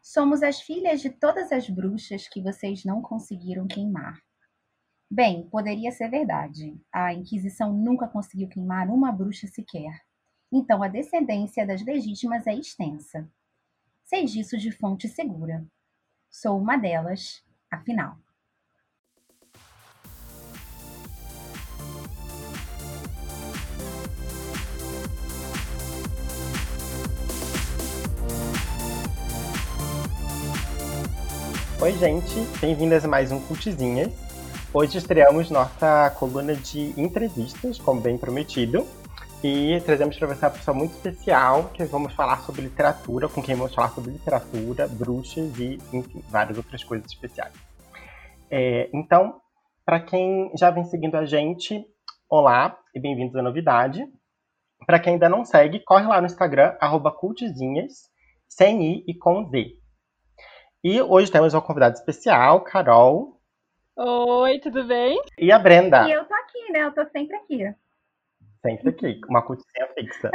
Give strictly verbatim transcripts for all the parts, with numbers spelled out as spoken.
Somos as filhas de todas as bruxas que vocês não conseguiram queimar. Bem, poderia ser verdade. A Inquisição nunca conseguiu queimar uma bruxa sequer. Então a descendência das legítimas é extensa. Sei disso de fonte segura. Sou uma delas, afinal. Oi, gente, bem-vindas a mais um Cultizinhas. Hoje estreamos nossa coluna de entrevistas, como bem prometido, e trazemos para você uma pessoa muito especial, que vamos falar sobre literatura, com quem vamos falar sobre literatura, bruxas e, enfim, várias outras coisas especiais. É, então, para quem já vem seguindo a gente, olá e bem-vindos à novidade. Para quem ainda não segue, corre lá no Instagram, arroba cultizinhas, sem I e com Z. E hoje temos uma convidada especial, Carol. Oi, tudo bem? E a Brenda. E eu tô aqui, né? Eu tô sempre aqui. Sempre aqui, uma cultizinha fixa.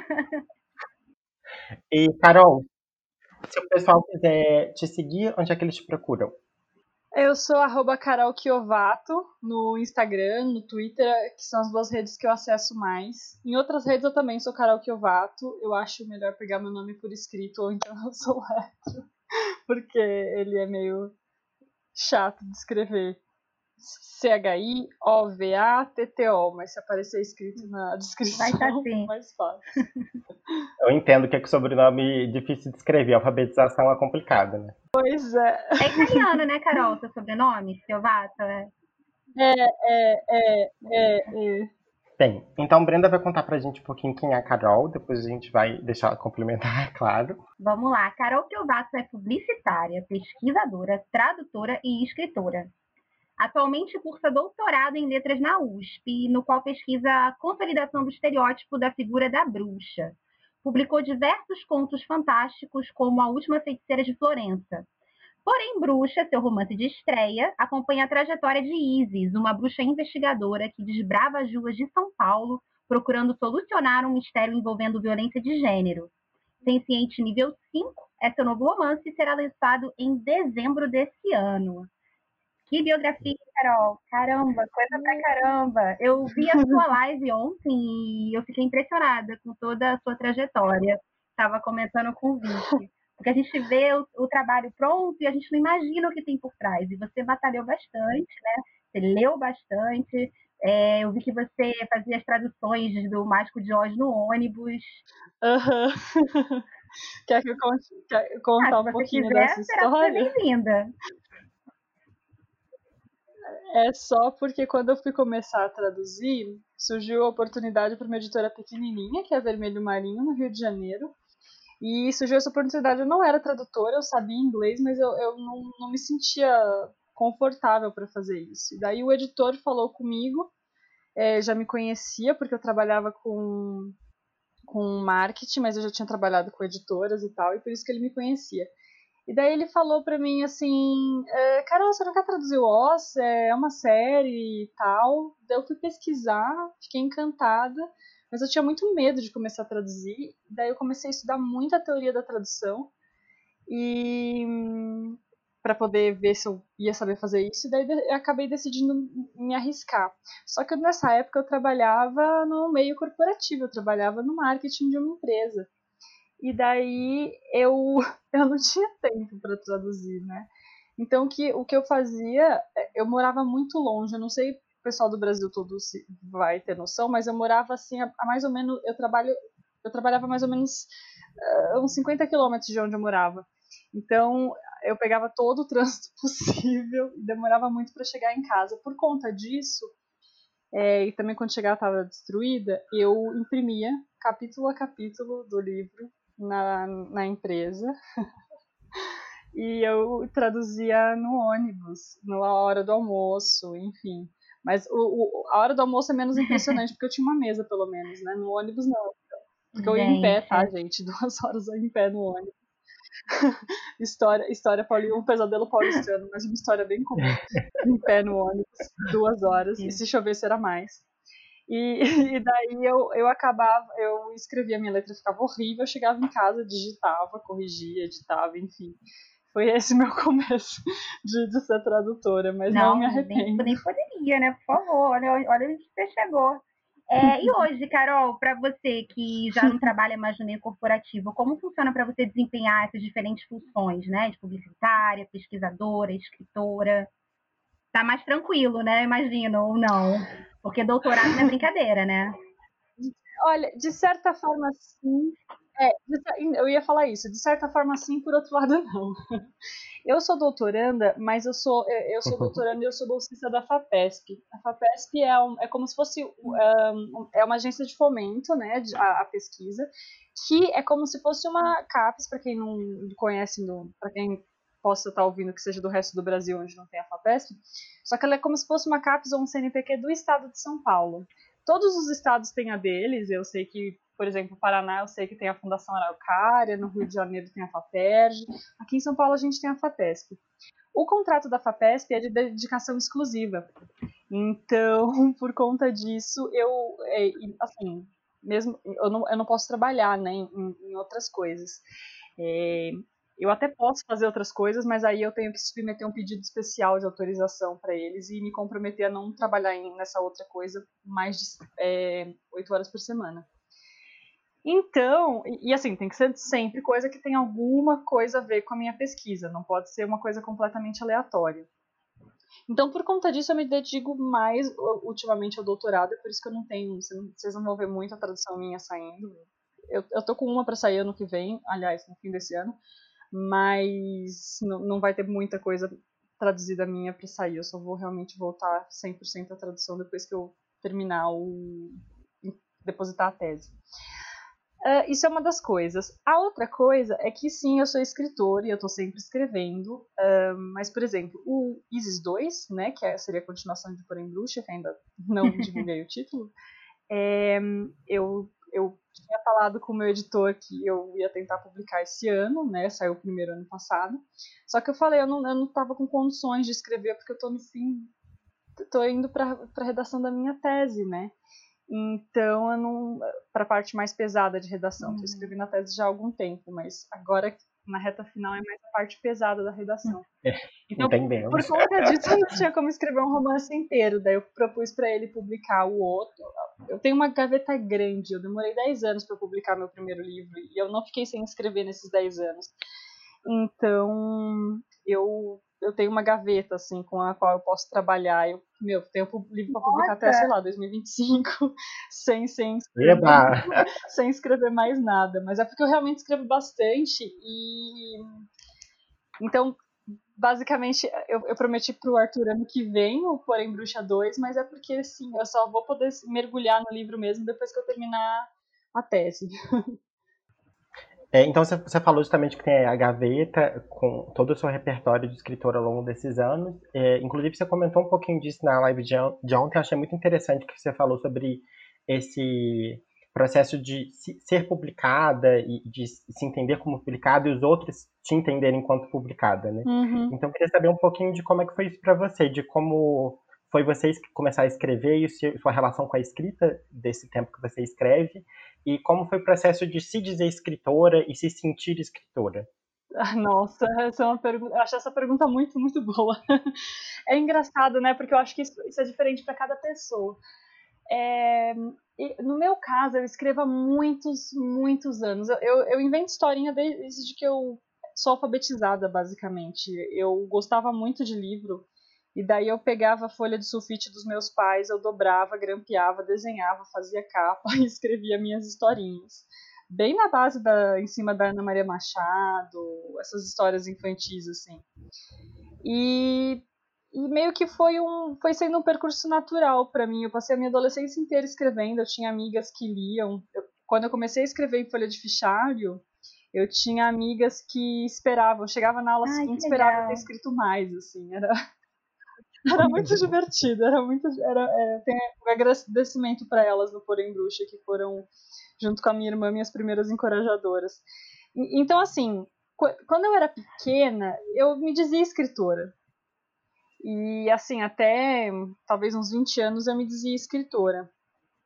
E, Carol, se o pessoal quiser te seguir, onde é que eles te procuram? Eu sou arroba Carol Chiovato no Instagram, no Twitter, que são as duas redes que eu acesso mais. Em outras redes eu também sou Carol Chiovato. Eu acho melhor pegar meu nome por escrito, ou então eu sou hétero, porque ele é meio chato de escrever. C H I O V A T T O, mas se aparecer escrito na descrição, Vai tá assim. mais fácil. Eu entendo que é que sobrenome difícil de escrever, a alfabetização é complicada, né? Pois é. É italiano, né, Carol? Seu sobrenome? Chiovato, é? É, é, é, é, é. Bem, então Brenda vai contar pra gente um pouquinho quem é a Carol, depois a gente vai deixar ela complementar, claro. Vamos lá. Carol Chiovato é publicitária, pesquisadora, tradutora e escritora. Atualmente cursa doutorado em letras na U S P, no qual pesquisa a consolidação do estereótipo da figura da bruxa. Publicou diversos contos fantásticos, como A Última Feiticeira de Florença. Porém, Bruxa, seu romance de estreia, acompanha a trajetória de Isis, uma bruxa investigadora que desbrava as ruas de São Paulo, procurando solucionar um mistério envolvendo violência de gênero. Senciente Nível cinco é seu novo romance e será lançado em dezembro desse ano. Que biografia, Carol! Caramba, coisa pra caramba! Eu vi a sua live ontem e eu fiquei impressionada com toda a sua trajetória. Estava comentando com o Vicky. Porque a gente vê o, o trabalho pronto e a gente não imagina o que tem por trás. E você batalhou bastante, né? Você leu bastante. É, eu vi que você fazia as traduções do Mágico de Oz no ônibus. Aham. Uhum. Quer que eu conte, quer contar ah, um se você pouquinho quiser, dessa será super história? bem-vinda. É só porque quando eu fui começar a traduzir, surgiu a oportunidade para uma editora pequenininha, que é a Vermelho Marinho, no Rio de Janeiro. E surgiu essa oportunidade. Eu não era tradutora, eu sabia inglês, mas eu, eu não, não me sentia confortável para fazer isso. E daí o editor falou comigo, é, já me conhecia, porque eu trabalhava com, com marketing, mas eu já tinha trabalhado com editoras e tal, e por isso que ele me conhecia. E daí ele falou pra mim assim, é, Carol, você não quer traduzir o Oz? É uma série e tal. Daí eu fui pesquisar, fiquei encantada, mas eu tinha muito medo de começar a traduzir. Daí eu comecei a estudar muito a teoria da tradução e para poder ver se eu ia saber fazer isso. E daí eu acabei decidindo me arriscar. Só que nessa época eu trabalhava no meio corporativo, eu trabalhava no marketing de uma empresa. E daí eu, eu não tinha tempo para traduzir, né? Então o que, o que eu fazia, eu morava muito longe, eu não sei, o pessoal do Brasil todo se vai ter noção, mas eu morava assim, a, a mais ou menos, eu trabalho, eu trabalhava mais ou menos uh, uns cinquenta quilômetros de onde eu morava. Então eu pegava todo o trânsito possível e demorava muito para chegar em casa. Por conta disso, é, e também quando chegava estava destruída, eu imprimia capítulo a capítulo do livro na, na empresa e eu traduzia no ônibus, na hora do almoço, enfim. Mas o, o, a hora do almoço é menos impressionante, porque eu tinha uma mesa, pelo menos, né? No ônibus, não. Porque eu ia em pé, tá, gente? Duas horas eu ia em pé no ônibus. história, história paulista, um pesadelo paulistano, mas uma história bem comum. Em pé no ônibus, duas horas, e se chovesse era mais. E, e daí eu, eu acabava, eu escrevia, minha letra ficava horrível, eu chegava em casa, digitava, corrigia, editava, enfim. Foi esse meu começo de, de ser tradutora, mas não, não me arrependo. Nem, nem poderia, né? Por favor, olha, olha onde você chegou. É, e hoje, Carol, para você que já não trabalha mais no meio corporativo, como funciona para você desempenhar essas diferentes funções, né? De publicitária, pesquisadora, escritora? Tá mais tranquilo, né? Imagino, ou não? Porque doutorado não é brincadeira, né? Olha, de certa forma, sim. É, eu ia falar isso. De certa forma, sim, por outro lado, não. Eu sou doutoranda, mas eu sou, eu sou doutoranda e eu sou bolsista da FAPESP. A FAPESP é, um, é como se fosse um, é uma agência de fomento, né, a, a pesquisa, que é como se fosse uma CAPES, para quem não conhece, para quem possa estar ouvindo que seja do resto do Brasil, onde não tem a FAPESP, só que ela é como se fosse uma CAPES ou um C N P Q do estado de São Paulo. Todos os estados têm a deles, eu sei que, por exemplo, o Paraná, eu sei que tem a Fundação Araucária, no Rio de Janeiro tem a FAPERJ, aqui em São Paulo a gente tem a FAPESP. O contrato da FAPESP é de dedicação exclusiva, então, por conta disso, eu, assim, mesmo, eu não, eu não posso trabalhar, né, em, em outras coisas. É, eu até posso fazer outras coisas, mas aí eu tenho que submeter um pedido especial de autorização para eles e me comprometer a não trabalhar em, nessa outra coisa mais de é, oito horas por semana. Então, e, e assim, tem que ser sempre coisa que tem alguma coisa a ver com a minha pesquisa, não pode ser uma coisa completamente aleatória. Então, por conta disso, eu me dedico mais ultimamente ao doutorado, é por isso que eu não tenho, vocês não vão ver muita tradução minha saindo. Eu, eu tô com uma para sair ano que vem, aliás, no fim desse ano, mas não, não vai ter muita coisa traduzida minha para sair, eu só vou realmente voltar cem por cento à tradução depois que eu terminar o depositar a tese. Uh, isso é uma das coisas. A outra coisa é que sim, eu sou escritora e eu estou sempre escrevendo, uh, mas, por exemplo, o Isis dois, né, que é, seria a continuação de Porém Bruxa, que ainda não divulguei o título, é, eu, eu tinha falado com o meu editor que eu ia tentar publicar esse ano, né, saiu o primeiro ano passado, só que eu falei, eu não, eu não tava com condições de escrever porque eu estou no fim, estou indo para a redação da minha tese, né. Então, eu não, para a parte mais pesada de redação, estou uhum. escrevendo a tese já há algum tempo, mas agora na reta final é mais a parte pesada da redação. É, então, entendemos. Por conta disso, eu não tinha como escrever um romance inteiro, daí eu propus para ele publicar o outro. Eu tenho uma gaveta grande, eu demorei dez anos para publicar meu primeiro livro e eu não fiquei sem escrever nesses dez anos. Então, eu eu tenho uma gaveta, assim, com a qual eu posso trabalhar. Eu, meu, tenho livro para publicar até, sei lá, dois mil e vinte e cinco, sem, sem, escrever, sem escrever mais nada. Mas é porque eu realmente escrevo bastante e... Então, basicamente, eu, eu prometi pro Arthur ano que vem o Porém Bruxa dois, mas é porque, sim, eu só vou poder mergulhar no livro mesmo depois que eu terminar a tese. É, então, você falou justamente que tem a gaveta com todo o seu repertório de escritor ao longo desses anos. É, inclusive, você comentou um pouquinho disso na live de ontem. Eu achei muito interessante que você falou sobre esse processo de ser publicada e de se entender como publicada e os outros te entenderem enquanto publicada, né? Uhum. Então, eu queria saber um pouquinho de como é que foi isso para você, de como foi você começar a escrever e sua relação com a escrita desse tempo que você escreve, e como foi o processo de se dizer escritora e se sentir escritora? Nossa, essa é uma pergunta, eu acho essa pergunta muito, muito boa. É engraçado, né? Porque eu acho que isso, isso é diferente para cada pessoa. É, no meu caso, eu escrevo há muitos, muitos anos. Eu, eu, eu invento historinha desde que eu sou alfabetizada, basicamente. Eu gostava muito de livro. E daí eu pegava a folha de sulfite dos meus pais, eu dobrava, grampeava, desenhava, fazia capa e escrevia minhas historinhas. Bem na base, da, em cima da Ana Maria Machado, essas histórias infantis, assim. E, e meio que foi, um, foi sendo um percurso natural para mim. Eu passei a minha adolescência inteira escrevendo, eu tinha amigas que liam. Eu, quando eu comecei a escrever em folha de fichário, eu tinha amigas que esperavam, chegava na aula seguinte e esperavam ter escrito mais, assim, era... Era muito divertido, era muito. Era, era, tem um agradecimento para elas no Porém Bruxa, que foram, junto com a minha irmã, minhas primeiras encorajadoras. E, então, assim, quando eu era pequena, eu me dizia escritora. E, assim, até talvez uns vinte anos eu me dizia escritora.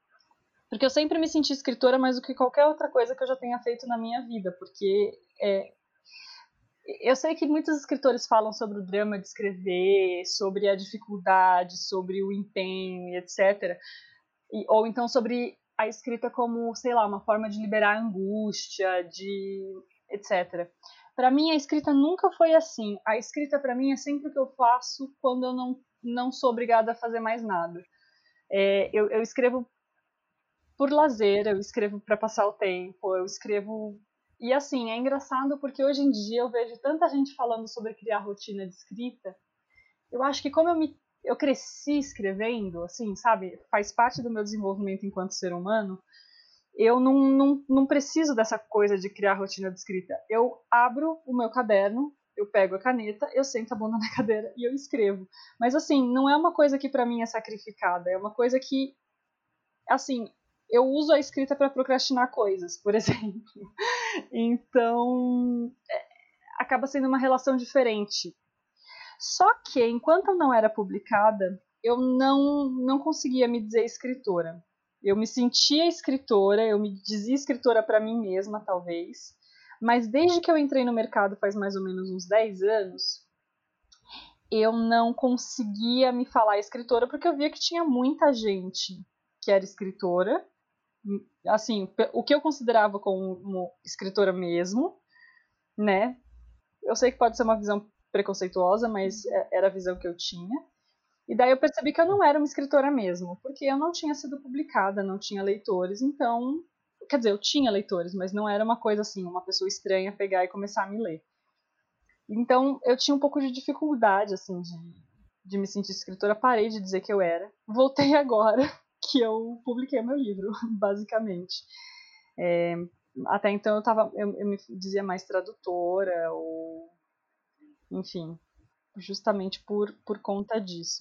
Porque eu sempre me senti escritora mais do que qualquer outra coisa que eu já tenha feito na minha vida, porque é, eu sei que muitos escritores falam sobre o drama de escrever, sobre a dificuldade, sobre o empenho, etcétera. E, ou então sobre a escrita como, sei lá, uma forma de liberar a angústia, de etcétera. Para mim, a escrita nunca foi assim. A escrita, para mim, é sempre o que eu faço quando eu não, não sou obrigada a fazer mais nada. É, eu, eu escrevo por lazer, eu escrevo para passar o tempo, eu escrevo... E assim, é engraçado porque hoje em dia eu vejo tanta gente falando sobre criar rotina de escrita. Eu acho que como eu, me, eu cresci escrevendo, assim, sabe? Faz parte do meu desenvolvimento enquanto ser humano. Eu não, não, não preciso dessa coisa de criar rotina de escrita. Eu abro o meu caderno, eu pego a caneta, eu sento a bunda na cadeira e eu escrevo. Mas assim, não é uma coisa que para mim é sacrificada, é uma coisa que, assim, eu uso a escrita para procrastinar coisas, por exemplo. Então, é, acaba sendo uma relação diferente. Só que, enquanto eu não era publicada, eu não, não conseguia me dizer escritora. Eu me sentia escritora, eu me dizia escritora para mim mesma, talvez. Mas desde que eu entrei no mercado faz mais ou menos uns dez anos, eu não conseguia me falar escritora, porque eu via que tinha muita gente que era escritora. Assim, o que eu considerava como escritora mesmo, né? Eu sei que pode ser uma visão preconceituosa, mas era a visão que eu tinha. E daí eu percebi que eu não era uma escritora mesmo, porque eu não tinha sido publicada, não tinha leitores, então... Quer dizer, eu tinha leitores, mas não era uma coisa assim, uma pessoa estranha pegar e começar a me ler. Então eu tinha um pouco de dificuldade, assim, de, de me sentir escritora. Parei de dizer que eu era. Voltei agora que eu publiquei meu livro, basicamente. É, até então eu, tava, eu, eu me dizia mais tradutora, ou... Enfim, justamente por, por conta disso.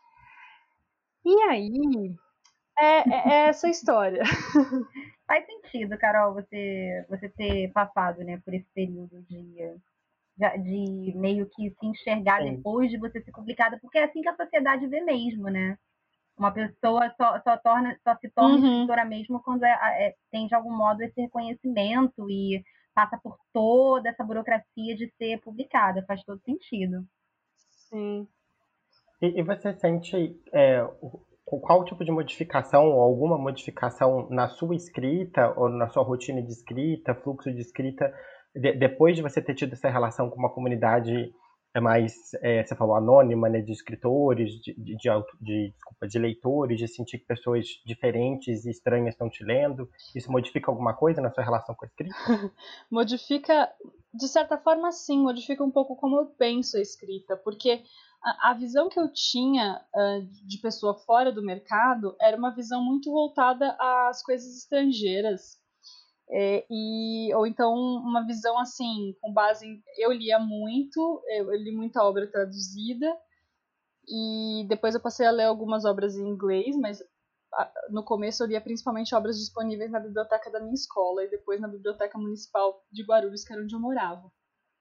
E aí, é, é essa história. Faz sentido, Carol, você, você ter passado, né, por esse período de, de meio que se enxergar Sim. depois de você ser publicada, porque é assim que a sociedade vê mesmo, né? Uma pessoa só, só, torna, só se torna Uhum. escritora mesmo quando é, é, tem, de algum modo, esse reconhecimento e passa por toda essa burocracia de ser publicada. Faz todo sentido. Sim. E, e você sente é, o- qual tipo de modificação, ou alguma modificação na sua escrita, ou na sua rotina de escrita, fluxo de escrita, de- depois de você ter tido essa relação com uma comunidade é, mais, é, você falou, anônima, né, de escritores, de, de, de, auto- de, desculpa, de leitores, de sentir que pessoas diferentes e estranhas estão te lendo? Isso modifica alguma coisa na sua relação com a escrita? Modifica, de certa forma, sim, modifica um pouco como eu penso a escrita, porque a, a visão que eu tinha uh, de pessoa fora do mercado era uma visão muito voltada às coisas estrangeiras. É, e, ou então uma visão assim, com base em... Eu lia muito, eu, eu li muita obra traduzida, e depois eu passei a ler algumas obras em inglês, mas no começo eu lia principalmente obras disponíveis na biblioteca da minha escola e depois na biblioteca municipal de Guarulhos, que era onde eu morava.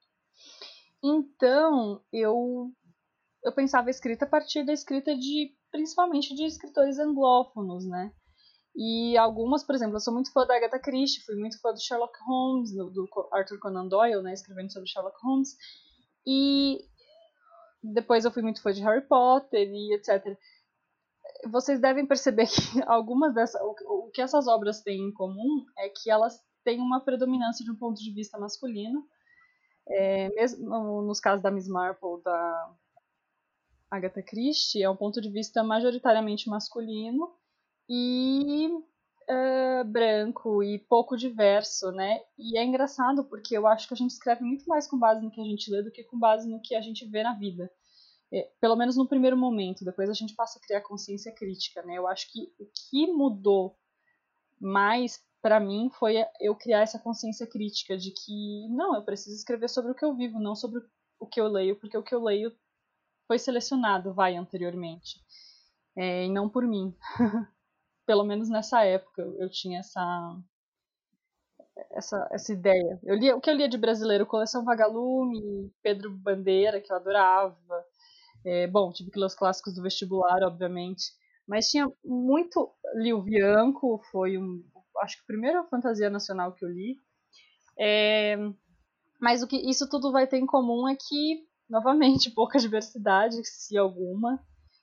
Então, eu, eu pensava a escrita a partir da escrita de, principalmente de escritores anglófonos, né? E algumas, por exemplo, eu sou muito fã da Agatha Christie, fui muito fã do Sherlock Holmes, do, do Arthur Conan Doyle, né, escrevendo sobre Sherlock Holmes. E depois eu fui muito fã de Harry Potter e etcétera. Vocês devem perceber que algumas dessas, o, o que essas obras têm em comum é que elas têm uma predominância de um ponto de vista masculino, é, mesmo nos casos da Miss Marple, da Agatha Christie, é um ponto de vista majoritariamente masculino e uh, branco e pouco diverso, né? E é engraçado porque eu acho que a gente escreve muito mais com base no que a gente lê do que com base no que a gente vê na vida. É, pelo menos no primeiro momento, depois a gente passa a criar consciência crítica, né? Eu acho que o que mudou mais para mim foi eu criar essa consciência crítica de que não, eu preciso escrever sobre o que eu vivo, não sobre o que eu leio, porque o que eu leio foi selecionado, vai, anteriormente, é, e não por mim. Pelo menos nessa época eu tinha essa essa, essa ideia. Eu lia, o que eu lia de brasileiro, Coleção Vagalume, Pedro Bandeira, que eu adorava. É, bom, tive que ler os clássicos do vestibular, obviamente. Mas tinha muito... Li o Bianco, foi um... acho que a primeira fantasia nacional que eu li. É, mas o que isso tudo vai ter em comum é que, novamente, pouca diversidade, se alguma,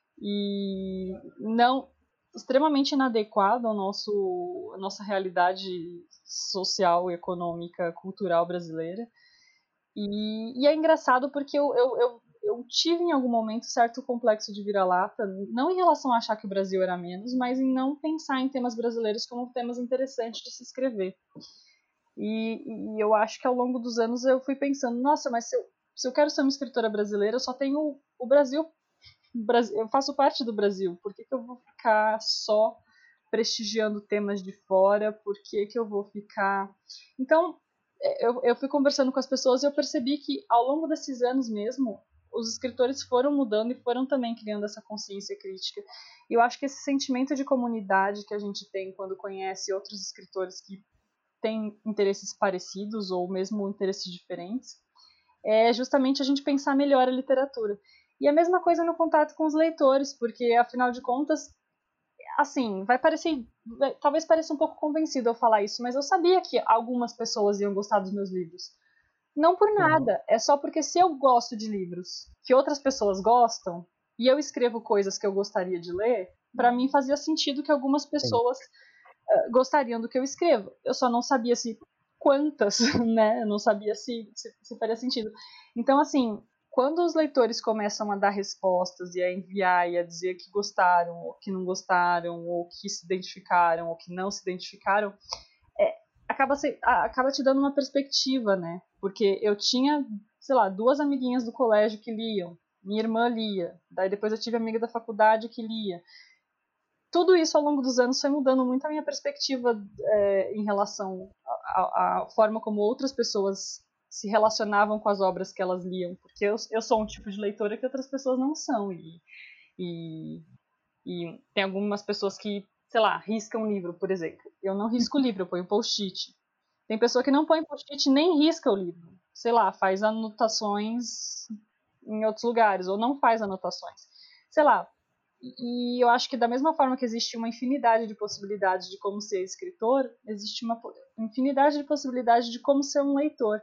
e não extremamente inadequado ao nosso, à nossa realidade social, econômica, cultural brasileira. E, e é engraçado porque eu, eu, eu, eu tive em algum momento certo complexo de vira-lata, não em relação a achar que o Brasil era menos, mas em não pensar em temas brasileiros como temas interessantes de se escrever. E, e eu acho que ao longo dos anos eu fui pensando, nossa, mas se eu, se eu quero ser uma escritora brasileira, eu só tenho o Brasil, eu faço parte do Brasil, por que, que eu vou ficar só prestigiando temas de fora, por que, que eu vou ficar... Então, eu, eu fui conversando com as pessoas e eu percebi que ao longo desses anos mesmo, os escritores foram mudando e foram também criando essa consciência crítica. E eu acho que esse sentimento de comunidade que a gente tem quando conhece outros escritores que têm interesses parecidos ou mesmo interesses diferentes, é justamente a gente pensar melhor a literatura. E a mesma coisa no contato com os leitores, porque afinal de contas, assim, vai parecer, vai, talvez pareça um pouco convencido eu falar isso, mas eu sabia que algumas pessoas iam gostar dos meus livros. Não por nada, uhum. É só porque se eu gosto de livros que outras pessoas gostam e eu escrevo coisas que eu gostaria de ler, para mim fazia sentido que algumas pessoas uh, gostariam do que eu escrevo. Eu só não sabia se quantas, né? Eu não sabia se, se, se faria sentido. Então, assim, quando os leitores começam a dar respostas e a enviar e a dizer que gostaram, ou que não gostaram, ou que se identificaram, ou que não se identificaram, é, acaba, se, acaba te dando uma perspectiva, né? Porque eu tinha, sei lá, duas amiguinhas do colégio que liam, minha irmã lia, daí depois eu tive amiga da faculdade que lia. Tudo isso ao longo dos anos foi mudando muito a minha perspectiva é, em relação à, à forma como outras pessoas se relacionavam com as obras que elas liam, porque eu, eu sou um tipo de leitora que outras pessoas não são, e, e, e tem algumas pessoas que, sei lá, riscam um livro, por exemplo. Eu não risco o livro, eu ponho post-it. Tem pessoa que não põe post-it nem risca o livro, sei lá, faz anotações em outros lugares, ou não faz anotações. Sei lá, e eu acho que da mesma forma que existe uma infinidade de possibilidades de como ser escritor, existe uma infinidade de possibilidades de como ser um leitor.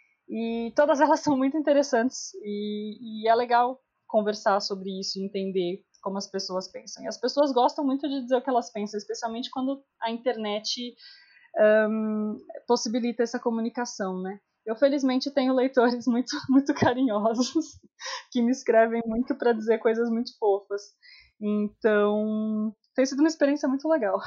E todas elas são muito interessantes e, e é legal conversar sobre isso e entender como as pessoas pensam. E as pessoas gostam muito de dizer o que elas pensam, especialmente quando a internet um, possibilita essa comunicação, né? Eu, felizmente, tenho leitores muito, muito carinhosos que me escrevem muito para dizer coisas muito fofas. Então, tem sido uma experiência muito legal.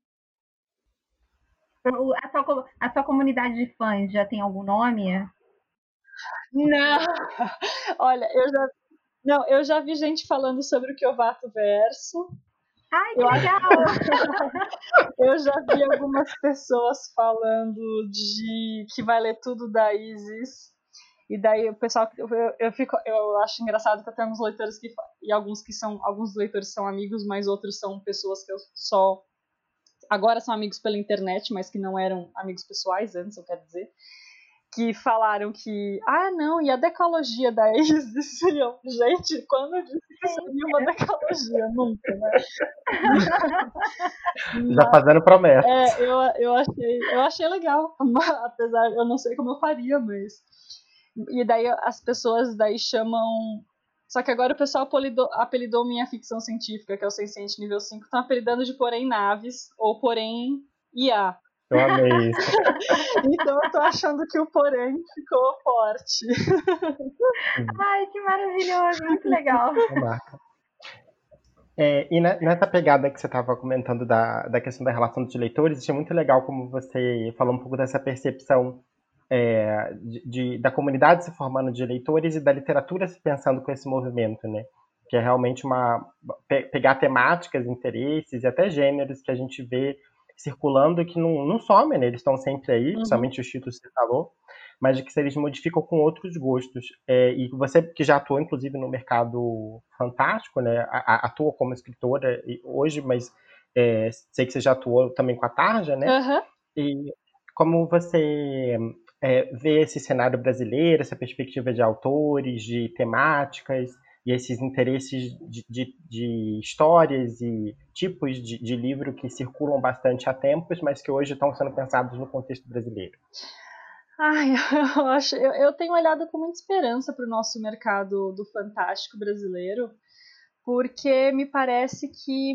A sua, a sua comunidade de fãs já tem algum nome? Não! Olha, eu já, não, eu já vi gente falando sobre o Kyovato Verso. Ai, que eu legal! Acho, eu já vi algumas pessoas falando de que vai ler tudo da Isis. E daí o pessoal, eu, eu, fico, eu acho engraçado que eu tenho alguns leitores que, e alguns que são, alguns leitores são amigos, mas outros são pessoas que eu só, agora são amigos pela internet, mas que não eram amigos pessoais antes, eu quero dizer, que falaram que, ah, não, e a decalogia da Isis? Eu, gente, quando eu disse que seria uma decalogia? Nunca, né? Já fazendo promessa. É, eu, eu, achei, eu achei legal, apesar, eu não sei como eu faria, mas... E daí as pessoas daí chamam... Só que agora o pessoal apelidou, apelidou minha ficção científica, que é o Senciente nível cinco, estão apelidando de Porém Naves, ou Porém I A. Eu amei isso. Então eu tô achando que o Porém ficou forte. Ai, que maravilhoso, muito legal. É, e nessa pegada que você estava comentando da, da questão da relação dos leitores, achei muito legal como você falou um pouco dessa percepção é, de, de, da comunidade se formando de leitores e da literatura se pensando com esse movimento, né? Que é realmente uma pe, pegar temáticas, interesses e até gêneros que a gente vê circulando e que não, não somem, né? Eles estão sempre aí, uhum. Principalmente os títulos que você falou, mas de que eles modificam com outros gostos. É, e você que já atuou, inclusive, no mercado fantástico, né? Atua como escritora hoje, mas é, sei que você já atuou também com a Tarja, né? Uhum. E como você é, vê esse cenário brasileiro, essa perspectiva de autores, de temáticas, e esses interesses de, de, de histórias e tipos de, de livro que circulam bastante há tempos, mas que hoje estão sendo pensados no contexto brasileiro? Ai, eu, acho, eu, eu tenho olhado com muita esperança para o nosso mercado do fantástico brasileiro, porque me parece que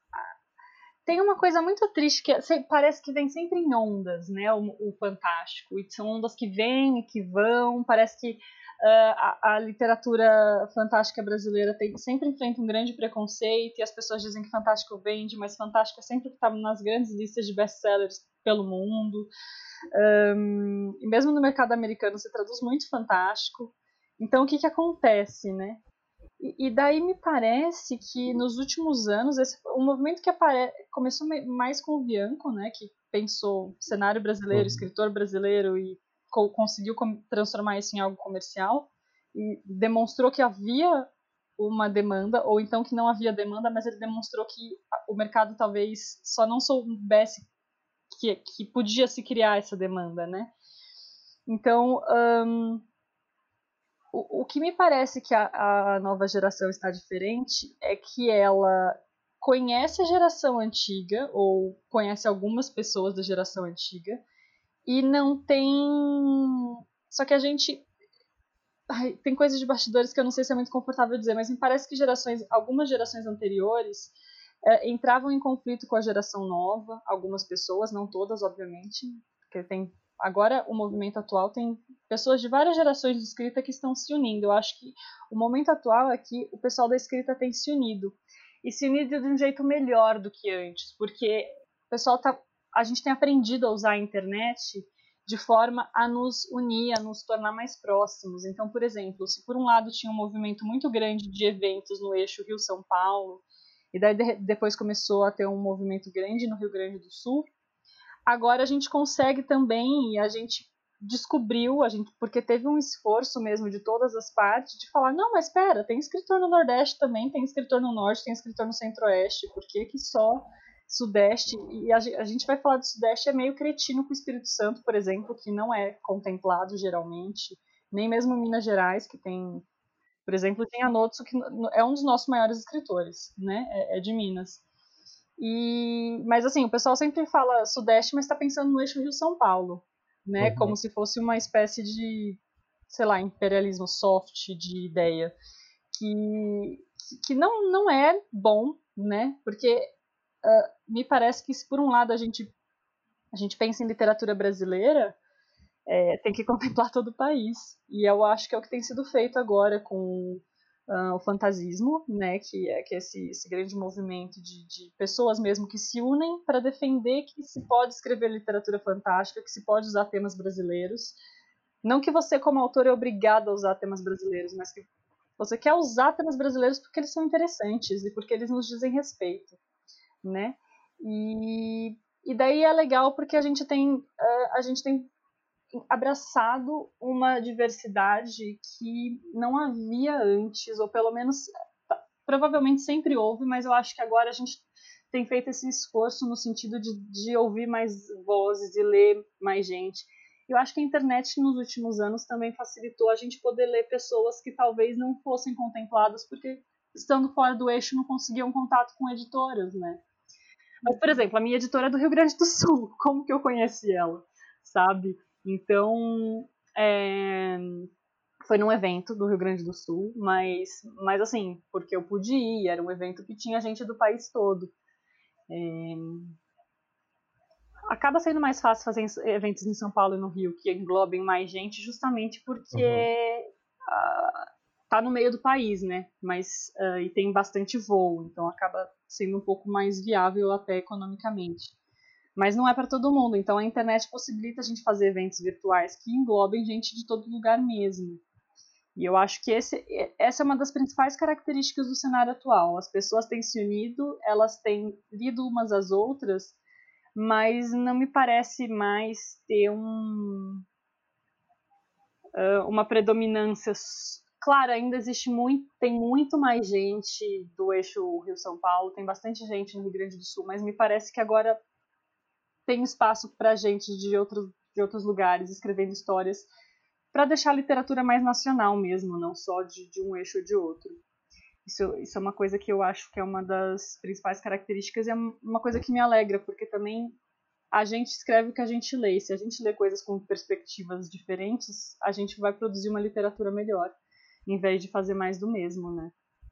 tem uma coisa muito triste, que parece que vem sempre em ondas, né, o, o fantástico, e são ondas que vêm e que vão, parece que uh, a, a literatura fantástica brasileira tem, sempre enfrenta um grande preconceito, e as pessoas dizem que fantástico vende, mas fantástico é sempre que está nas grandes listas de best-sellers pelo mundo, um, e mesmo no mercado americano se traduz muito fantástico, então o que que acontece, né? E daí me parece que nos últimos anos, esse, o movimento que apare... começou mais com o Bianco, né, que pensou cenário brasileiro, uhum. escritor brasileiro e co- conseguiu com- transformar isso em algo comercial e demonstrou que havia uma demanda, ou então que não havia demanda, mas ele demonstrou que o mercado talvez só não soubesse que, que podia se criar essa demanda, né? Então, um, O, o que me parece que a, a nova geração está diferente é que ela conhece a geração antiga, ou conhece algumas pessoas da geração antiga, e não tem... Só que a gente... Ai, tem coisas de bastidores que eu não sei se é muito confortável dizer, mas me parece que gerações, algumas gerações anteriores é, entravam em conflito com a geração nova, algumas pessoas, não todas, obviamente, porque tem... Agora, o movimento atual tem pessoas de várias gerações de escrita que estão se unindo. Eu acho que o momento atual é que o pessoal da escrita tem se unido. E se unido de um jeito melhor do que antes, porque o pessoal tá, a gente tem aprendido a usar a internet de forma a nos unir, a nos tornar mais próximos. Então, por exemplo, se por um lado tinha um movimento muito grande de eventos no eixo Rio-São Paulo, e daí de, depois começou a ter um movimento grande no Rio Grande do Sul, agora a gente consegue também, e a gente descobriu, a gente, porque teve um esforço mesmo de todas as partes, de falar, não, mas espera, tem escritor no Nordeste também, tem escritor no Norte, tem escritor no Centro-Oeste, por que que só Sudeste? E a, a gente vai falar do Sudeste, é meio cretino com o Espírito Santo, por exemplo, que não é contemplado geralmente, nem mesmo Minas Gerais, que tem, por exemplo, tem Anotso, que é um dos nossos maiores escritores, né, é, é de Minas. E, mas assim, o pessoal sempre fala Sudeste, mas está pensando no eixo Rio-São Paulo, né? Uhum. Como se fosse uma espécie de, sei lá, imperialismo soft de ideia, que, que não, não é bom, né? Porque uh, me parece que se por um lado a gente, a gente pensa em literatura brasileira, é, tem que contemplar todo o país. E eu acho que é o que tem sido feito agora com Uh, o fantasismo, né, que é, que é esse, esse grande movimento de, de pessoas mesmo que se unem para defender que se pode escrever literatura fantástica, que se pode usar temas brasileiros. Não que você, como autor, é obrigado a usar temas brasileiros, mas que você quer usar temas brasileiros porque eles são interessantes e porque eles nos dizem respeito, né? E, e daí é legal porque a gente tem, uh, a gente tem abraçado uma diversidade que não havia antes, ou pelo menos provavelmente sempre houve, mas eu acho que agora a gente tem feito esse esforço no sentido de, de ouvir mais vozes, de ler mais gente. Eu acho que a internet nos últimos anos também facilitou a gente poder ler pessoas que talvez não fossem contempladas porque estando fora do eixo não conseguiam contato com editoras, né? Mas, por exemplo, a minha editora é do Rio Grande do Sul, como que eu conheci ela, sabe? Então, é, foi num evento do Rio Grande do Sul, mas, mas assim, porque eu pude ir, era um evento que tinha gente do país todo. É, acaba sendo mais fácil fazer eventos em São Paulo e no Rio, que englobem mais gente, justamente porque uhum. uh, tá no meio do país, né? Mas, uh, e tem bastante voo, então acaba sendo um pouco mais viável até economicamente. Mas não é para todo mundo, então a internet possibilita a gente fazer eventos virtuais que englobem gente de todo lugar mesmo. E eu acho que esse, essa é uma das principais características do cenário atual. As pessoas têm se unido, elas têm lido umas às outras, mas não me parece mais ter um, uma predominância. Claro, ainda existe muito, tem muito mais gente do eixo Rio-São Paulo, tem bastante gente no Rio Grande do Sul, mas me parece que agora tem espaço para gente de outros, de outros lugares escrevendo histórias para deixar a literatura mais nacional mesmo, não só de, de um eixo ou de outro. Isso, isso é uma coisa que eu acho que é uma das principais características e é uma coisa que me alegra, porque também a gente escreve o que a gente lê. Se a gente lê coisas com perspectivas diferentes, a gente vai produzir uma literatura melhor, em vez de fazer mais do mesmo, né?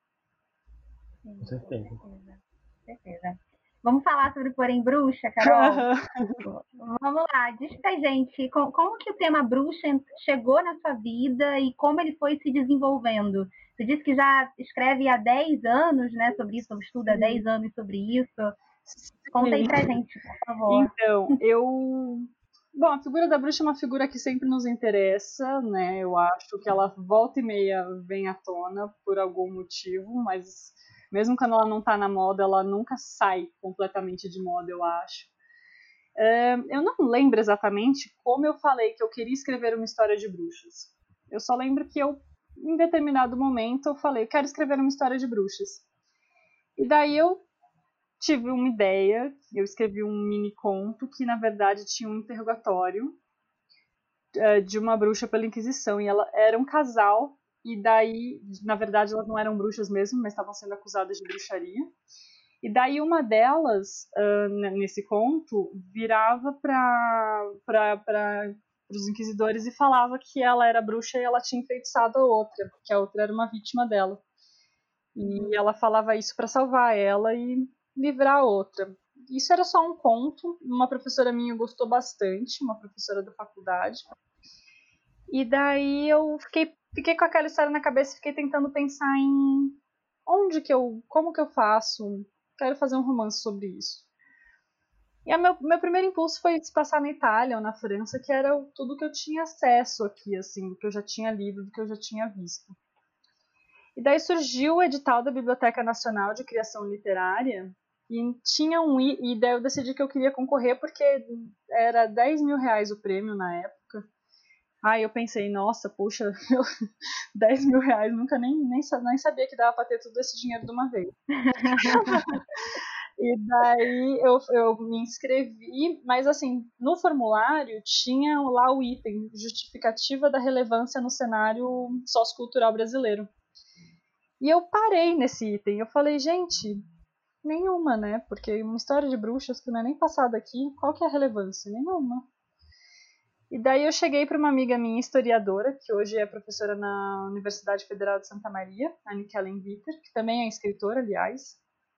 Sim, Com certeza. Com certeza. Vamos falar sobre Porém Bruxa, Carol? Vamos lá, diz pra gente como, como que o tema bruxa chegou na sua vida e como ele foi se desenvolvendo. Você disse que já escreve há dez anos, né, sobre isso, estuda há dez anos sobre isso. Conta aí pra gente, por favor. Então, eu... Bom, a figura da bruxa é uma figura que sempre nos interessa, né? Eu acho que ela volta e meia vem à tona por algum motivo, mas mesmo quando ela não tá na moda, ela nunca sai completamente de moda, eu acho. É, eu não lembro exatamente como eu falei que eu queria escrever uma história de bruxas. Eu só lembro que eu, em determinado momento, eu falei, eu quero escrever uma história de bruxas. E daí eu tive uma ideia, eu escrevi um mini conto que na verdade tinha um interrogatório uh, de uma bruxa pela Inquisição, e ela era um casal, e daí, na verdade elas não eram bruxas mesmo, mas estavam sendo acusadas de bruxaria, e daí uma delas, uh, nesse conto, virava para os inquisidores e falava que ela era bruxa e ela tinha enfeitiçado a outra, porque a outra era uma vítima dela. E ela falava isso para salvar ela e livrar a outra. Isso era só um conto, uma professora minha gostou bastante, uma professora da faculdade. E daí eu fiquei, fiquei com aquela história na cabeça e fiquei tentando pensar em onde que eu, como que eu faço, quero fazer um romance sobre isso. E o meu, meu primeiro impulso foi se passar na Itália ou na França, que era tudo que eu tinha acesso aqui, assim, do que eu já tinha lido, do que eu já tinha visto. E daí surgiu o edital da Biblioteca Nacional de Criação Literária e tinha um e daí eu decidi que eu queria concorrer porque era dez mil reais o prêmio na época. Aí eu pensei, nossa, puxa, eu, dez mil reais, nunca nem, nem, nem sabia que dava para ter todo esse dinheiro de uma vez. E daí eu, eu me inscrevi, mas assim, no formulário tinha lá o item justificativa da relevância no cenário sociocultural brasileiro. E eu parei nesse item. Eu falei, gente, nenhuma, né? Porque uma história de bruxas que não é nem passada aqui, qual que é a relevância? Nenhuma. E daí eu cheguei para uma amiga minha, historiadora, que hoje é professora na Universidade Federal de Santa Maria, a Nikellen Witter, que também é escritora, aliás.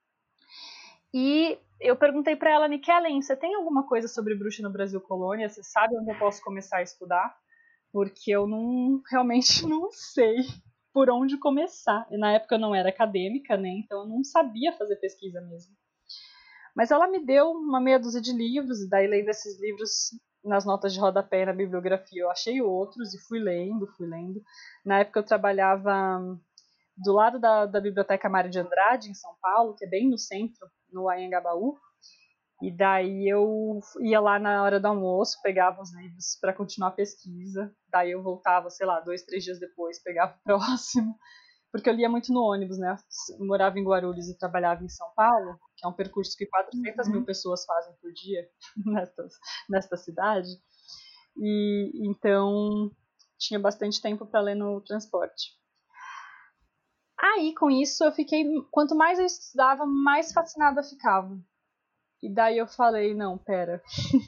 E eu perguntei para ela, Nikellen, você tem alguma coisa sobre bruxa no Brasil Colônia? Você sabe onde eu posso começar a estudar? Porque eu não, realmente não sei por onde começar. E na época eu não era acadêmica, né? Então eu não sabia fazer pesquisa mesmo. Mas ela me deu uma meia dúzia de livros, e daí lendo esses livros nas notas de rodapé na bibliografia, eu achei outros e fui lendo, fui lendo. Na época eu trabalhava do lado da, da Biblioteca Mário de Andrade, em São Paulo, que é bem no centro, no Anhangabaú. E daí eu ia lá na hora do almoço, pegava os livros para continuar a pesquisa. Daí eu voltava, sei lá, dois, três dias depois, pegava o próximo. Porque eu lia muito no ônibus, né? Eu morava em Guarulhos e trabalhava em São Paulo, que é um percurso que quatrocentas mil pessoas fazem por dia nesta, nesta cidade. E então tinha bastante tempo para ler no transporte. Aí, com isso, eu fiquei... Quanto mais eu estudava, mais fascinada eu ficava. E daí eu falei, não, pera,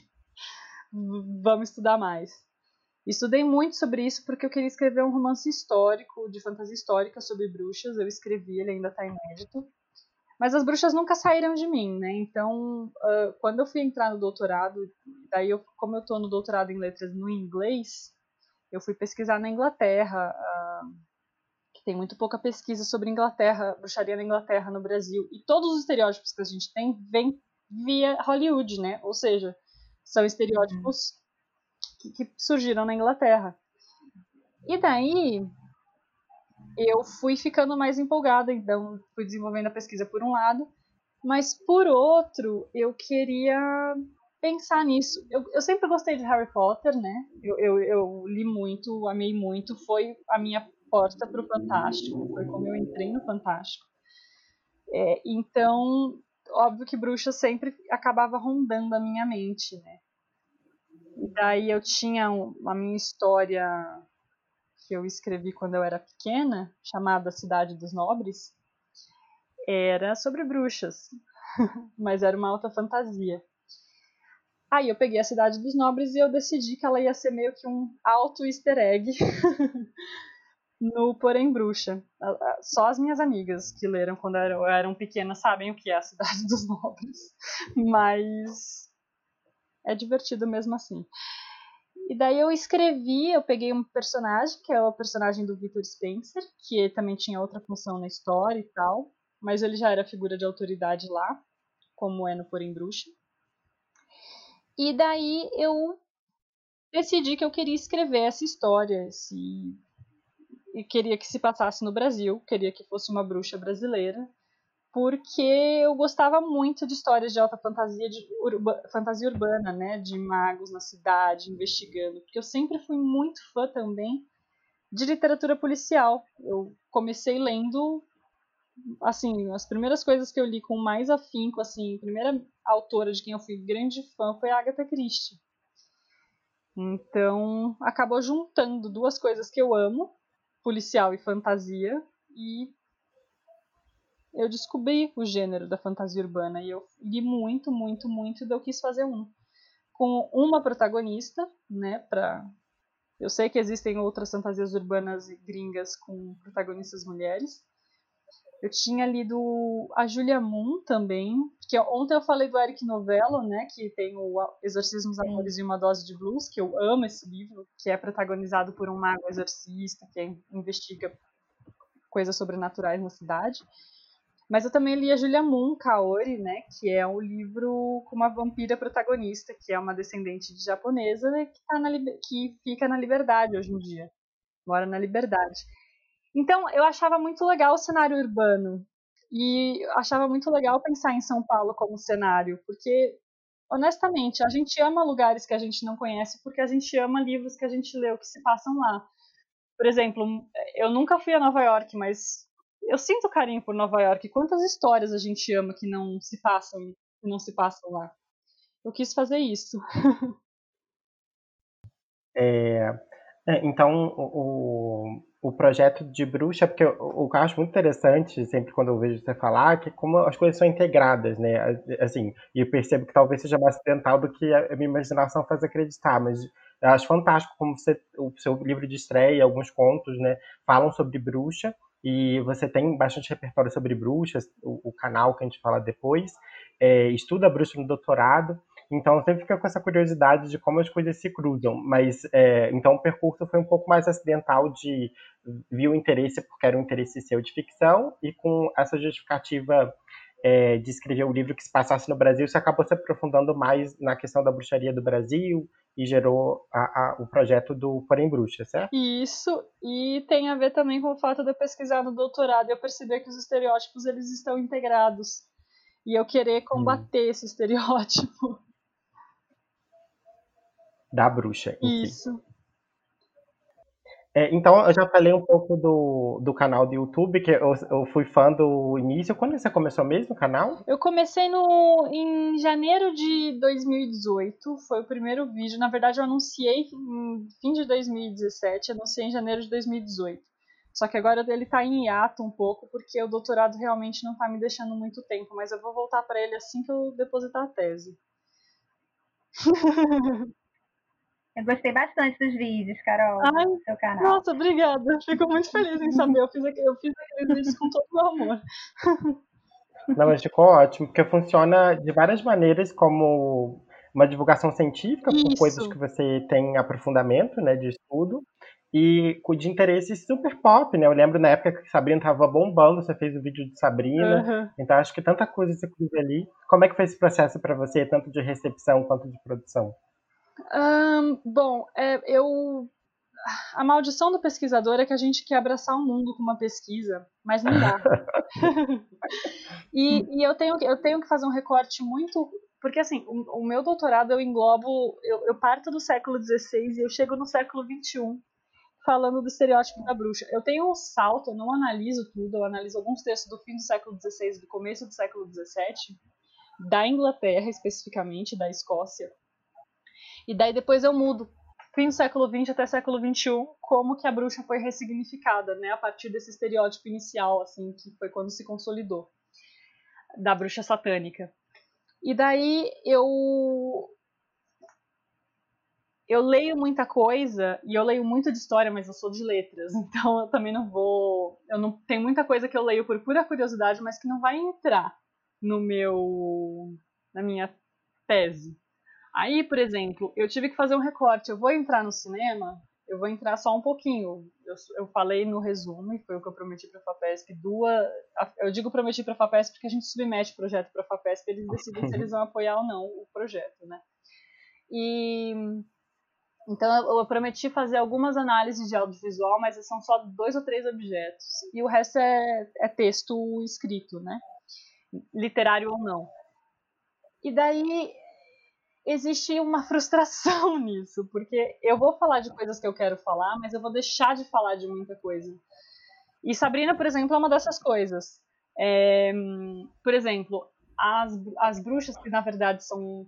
vamos estudar mais. Estudei muito sobre isso porque eu queria escrever um romance histórico, de fantasia histórica sobre bruxas. Eu escrevi, ele ainda está inédito. Mas as bruxas nunca saíram de mim, né? Então, uh, quando eu fui entrar no doutorado, daí eu, como eu estou no doutorado em letras no inglês, eu fui pesquisar na Inglaterra, uh, que tem muito pouca pesquisa sobre Inglaterra, bruxaria na Inglaterra, no Brasil. E todos os estereótipos que a gente tem vêm via Hollywood, né? Ou seja, são estereótipos que, que surgiram na Inglaterra. E daí eu fui ficando mais empolgada, então fui desenvolvendo a pesquisa por um lado, mas por outro eu queria pensar nisso. Eu, eu sempre gostei de Harry Potter, né? Eu, eu, eu li muito, amei muito, foi a minha porta para o Fantástico, foi como eu entrei no Fantástico. É, então, óbvio que bruxa sempre acabava rondando a minha mente, né? E daí eu tinha a minha história que eu escrevi quando eu era pequena, chamada Cidade dos Nobres, era sobre bruxas, mas era uma alta fantasia. Aí eu peguei a Cidade dos Nobres e eu decidi que ela ia ser meio que um alto easter egg no Porém Bruxa. Só as minhas amigas que leram quando eram, eram pequenas sabem o que é a Cidade dos Nobres, mas é divertido mesmo assim. E daí eu escrevi, eu peguei um personagem, que é o personagem do Victor Spencer, que também tinha outra função na história e tal, mas ele já era figura de autoridade lá, como é no Porém Bruxa. E daí eu decidi que eu queria escrever essa história, esse... e queria que se passasse no Brasil, queria que fosse uma bruxa brasileira, porque eu gostava muito de histórias de alta fantasia, de urba... fantasia urbana, né, de magos na cidade, investigando, porque eu sempre fui muito fã também de literatura policial. Eu comecei lendo, assim, as primeiras coisas que eu li com mais afinco, assim, a primeira autora de quem eu fui grande fã foi a Agatha Christie. Então, acabou juntando duas coisas que eu amo, policial e fantasia, e eu descobri o gênero da fantasia urbana, e eu li muito, muito, muito, e eu quis fazer um. Com uma protagonista, né, pra... Eu sei que existem outras fantasias urbanas e gringas com protagonistas mulheres. Eu tinha lido a Julia Moon também, que ontem eu falei do Eric Novello, né, que tem o Exorcismos, Amores e uma Dose de Blues, que eu amo esse livro, que é protagonizado por um mago exorcista que investiga coisas sobrenaturais na cidade. Mas eu também li a Julia Moon, Kaori, né, que é um livro com uma vampira protagonista, que é uma descendente de japonesa, né, que, tá na, que fica na liberdade hoje em dia, mora na liberdade. Então, eu achava muito legal o cenário urbano. E achava muito legal pensar em São Paulo como cenário, porque, honestamente, a gente ama lugares que a gente não conhece porque a gente ama livros que a gente leu que se passam lá. Por exemplo, eu nunca fui a Nova York, mas eu sinto carinho por Nova York. Quantas histórias a gente ama que não se passam, que não se passam lá? Eu quis fazer isso. É, é, então, o, o projeto de bruxa, porque eu, o que eu acho muito interessante, sempre quando eu vejo você falar, que como as coisas são integradas, né? Assim, e eu percebo que talvez seja mais acidental do que a minha imaginação faz acreditar, mas eu acho fantástico como você, o seu livro de estreia, alguns contos, né, falam sobre bruxa, e você tem bastante repertório sobre bruxas, o, o canal que a gente fala depois, é, estuda bruxa no doutorado, então sempre fica com essa curiosidade de como as coisas se cruzam, mas é, então o percurso foi um pouco mais acidental de vir o interesse porque era um interesse seu de ficção e com essa justificativa é, de escrever um livro que se passasse no Brasil, você acabou se aprofundando mais na questão da bruxaria do Brasil e gerou a, a, o projeto do Porém Bruxa, certo? Isso, e tem a ver também com o fato de eu pesquisar no doutorado e eu perceber que os estereótipos eles estão integrados e eu querer combater hum. esse estereótipo. Da bruxa em Isso. si. É, então, eu já falei um pouco do, do canal do YouTube, que eu, eu fui fã do início. Quando você começou mesmo o canal? Eu comecei no, em janeiro de dois mil e dezoito, foi o primeiro vídeo. Na verdade, eu anunciei em fim de dois mil e dezessete, anunciei em janeiro de dois mil e dezoito. Só que agora ele tá em hiato um pouco, porque o doutorado realmente não tá me deixando muito tempo, mas eu vou voltar para ele assim que eu depositar a tese. Eu gostei bastante dos vídeos, Carol, Ai, do seu canal. Nossa, obrigada. Fico muito feliz em saber. Eu fiz, eu fiz aqueles vídeos com todo o meu amor. Não, mas ficou ótimo, porque funciona de várias maneiras, como uma divulgação científica, por Isso. coisas que você tem aprofundamento, né, de estudo, e de interesse super pop, né? Eu lembro na época que Sabrina tava bombando, você fez o vídeo de Sabrina, uhum. Então acho que tanta coisa se cruza ali. Como é que foi esse processo para você, tanto de recepção quanto de produção? Um, bom, é, eu... A maldição do pesquisador é que a gente quer abraçar o mundo com uma pesquisa, mas não dá. e e eu, tenho, eu tenho que fazer um recorte muito... Porque, assim, o, o meu doutorado eu englobo... Eu, eu parto do século dezesseis e eu chego no século vinte e um falando do estereótipo da bruxa. Eu tenho um salto, eu não analiso tudo, eu analiso alguns textos do fim do século dezesseis e do começo do século dezessete, da Inglaterra especificamente, da Escócia. E daí depois eu mudo, fim do século vinte até século vinte e um, como que a bruxa foi ressignificada, né, a partir desse estereótipo inicial, assim, que foi quando se consolidou. da bruxa satânica. E daí eu eu leio muita coisa e eu leio muito de história, mas eu sou de letras, então eu também não vou, eu não tem muita coisa que eu leio por pura curiosidade, mas que não vai entrar no meu na minha tese. Aí, por exemplo, eu tive que fazer um recorte, eu vou entrar no cinema, eu vou entrar só um pouquinho. Eu, eu falei no resumo, e foi o que eu prometi para a FAPESP, duas, eu digo prometi para a FAPESP porque a gente submete o projeto para a FAPESP e eles decidem se eles vão apoiar ou não o projeto, né? E então eu prometi fazer algumas análises de audiovisual, mas são só dois ou três objetos. E o resto é, é texto escrito, né? Literário ou não. E daí existe uma frustração nisso, porque eu vou falar de coisas que eu quero falar, mas eu vou deixar de falar de muita coisa. E Sabrina, por exemplo, é uma dessas coisas. É, por exemplo, as, as bruxas, que na verdade são,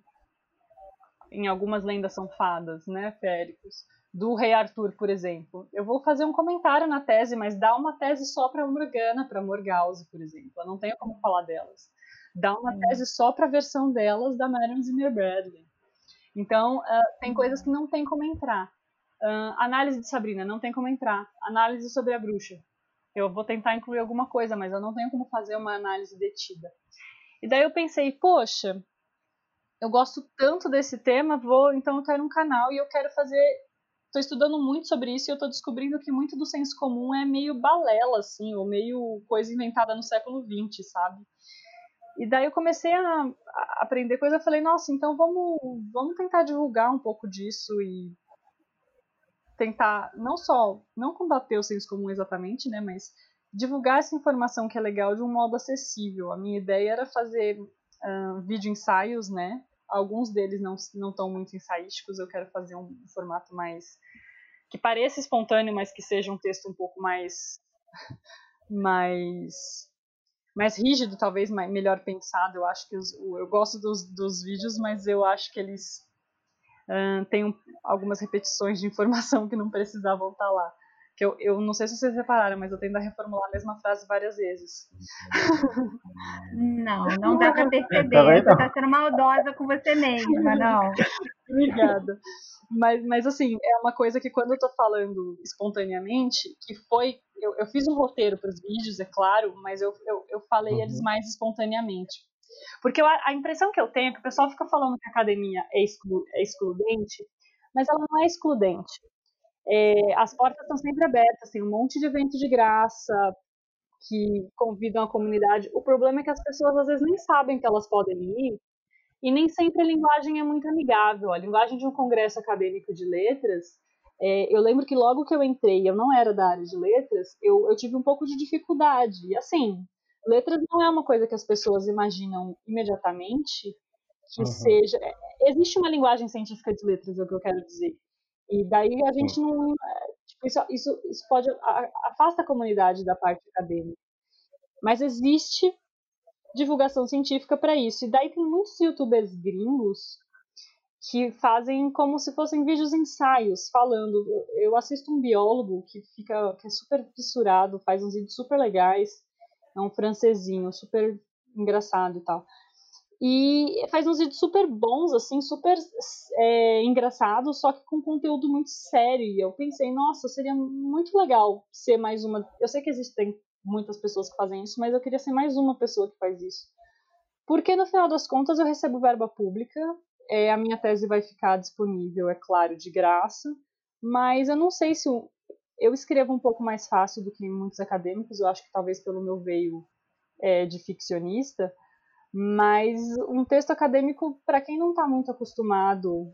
em algumas lendas são fadas, né, féricos, do rei Arthur, por exemplo. Eu vou fazer um comentário na tese, mas dá uma tese só para Morgana, para Morgause, por exemplo. Eu não tenho como falar delas. Dá uma tese só para a versão delas da Marion Zimmer Bradley. Então, uh, tem coisas que não tem como entrar. Uh, análise de Sabrina, não tem como entrar. Análise sobre a bruxa. Eu vou tentar incluir alguma coisa, mas eu não tenho como fazer uma análise detida. E daí eu pensei, poxa, eu gosto tanto desse tema, vou, então eu quero um canal e eu quero fazer... Estou estudando muito sobre isso e eu estou descobrindo que muito do senso comum é meio balela, assim, ou meio coisa inventada no século vinte, sabe? E daí eu comecei a, a aprender coisa, eu falei, nossa, então vamos, vamos tentar divulgar um pouco disso e tentar não só, não combater o senso comum exatamente, né, mas divulgar essa informação que é legal de um modo acessível. A minha ideia era fazer uh, vídeo ensaios, né, alguns deles não não estão muito ensaísticos, eu quero fazer um formato mais, que pareça espontâneo, mas que seja um texto um pouco mais, mais mais rígido, talvez mais, melhor pensado. Eu acho que os, eu gosto dos, dos vídeos, mas eu acho que eles uh, têm um, algumas repetições de informação que não precisavam estar lá. Que eu, eu não sei se vocês repararam, mas eu tento reformular a mesma frase várias vezes. Não, não dá para perceber. Você está sendo maldosa com você mesma, não. Obrigada. Mas, mas, assim, é uma coisa que quando eu tô falando espontaneamente, que foi... Eu, eu fiz um roteiro para os vídeos, é claro, mas eu, eu, eu falei uhum. eles mais espontaneamente. Porque eu, a impressão que eu tenho é que o pessoal fica falando que a academia é, exclu, é excludente, mas ela não é excludente. É, as portas estão sempre abertas, tem um monte de evento de graça que convidam a comunidade. O problema é que as pessoas às vezes nem sabem que elas podem ir, e nem sempre a linguagem é muito amigável. A linguagem de um congresso acadêmico de letras, é, eu lembro que logo que eu entrei, eu não era da área de letras, eu, eu tive um pouco de dificuldade. E assim, letras não é uma coisa que as pessoas imaginam imediatamente que uhum. seja... Existe uma linguagem científica de letras, é o que eu quero dizer. E daí a gente Sim. não... Tipo, isso, isso, isso pode... afasta a comunidade da parte acadêmica. Mas existe divulgação científica para isso. E daí tem muitos youtubers gringos que fazem como se fossem vídeos ensaios, falando. Eu assisto um biólogo que fica que é super fissurado, faz uns vídeos super legais, é um francesinho, super engraçado e tal. E faz uns vídeos super bons, assim, super é, engraçados, só que com conteúdo muito sério. E eu pensei, nossa, seria muito legal ser mais uma... Eu sei que existem muitas pessoas que fazem isso, mas eu queria ser mais uma pessoa que faz isso. Porque, no final das contas, eu recebo verba pública, é, a minha tese vai ficar disponível, é claro, de graça, mas eu não sei se... Eu, eu escrevo um pouco mais fácil do que muitos acadêmicos, eu acho que talvez pelo meu veio é, de ficcionista, mas um texto acadêmico, para quem não está muito acostumado...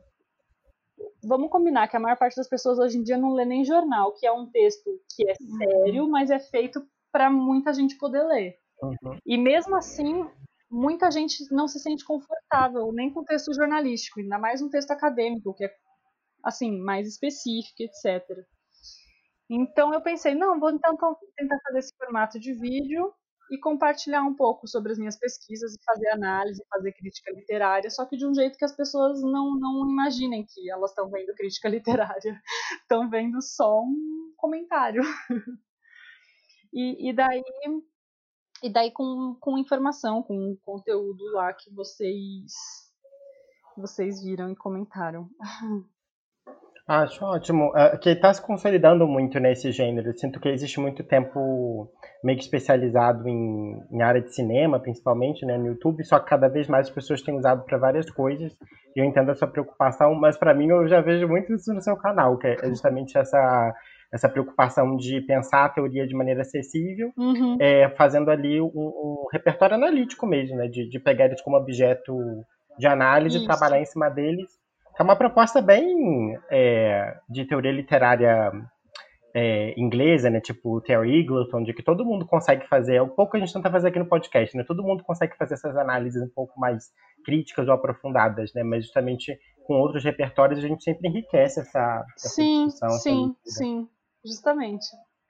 Vamos combinar que a maior parte das pessoas hoje em dia não lê nem jornal, que é um texto que é sério, mas é feito para muita gente poder ler. Uhum. E mesmo assim, muita gente não se sente confortável nem com texto jornalístico, ainda mais um texto acadêmico, que é assim, mais específico, etcétera. Então eu pensei, não, vou então tentar fazer esse formato de vídeo e compartilhar um pouco sobre as minhas pesquisas e fazer análise, fazer crítica literária, só que de um jeito que as pessoas não, não imaginem que elas estão vendo crítica literária, estão vendo só um comentário. E, e daí E daí com, com informação, com conteúdo lá que vocês, vocês viram e comentaram. Acho ótimo. Uh, que está se consolidando muito nesse gênero. Eu sinto que existe muito tempo meio que especializado em, em área de cinema, principalmente, né, no YouTube, só que cada vez mais as pessoas têm usado para várias coisas. E eu entendo a sua preocupação, mas para mim eu já vejo muito isso no seu canal, que é justamente essa, essa preocupação de pensar a teoria de maneira acessível, Uhum. é, fazendo ali um, um repertório analítico mesmo, né, de, de pegar eles como objeto de análise, Isso. trabalhar em cima deles. É uma proposta bem é, de teoria literária é, inglesa, né? Tipo Terry Eagleton, de que todo mundo consegue fazer, é um pouco que a gente tenta fazer aqui no podcast, né? Todo mundo consegue fazer essas análises um pouco mais críticas ou aprofundadas, né? Mas justamente com outros repertórios a gente sempre enriquece essa, essa Sim, discussão, essa sim, leitura. sim, justamente.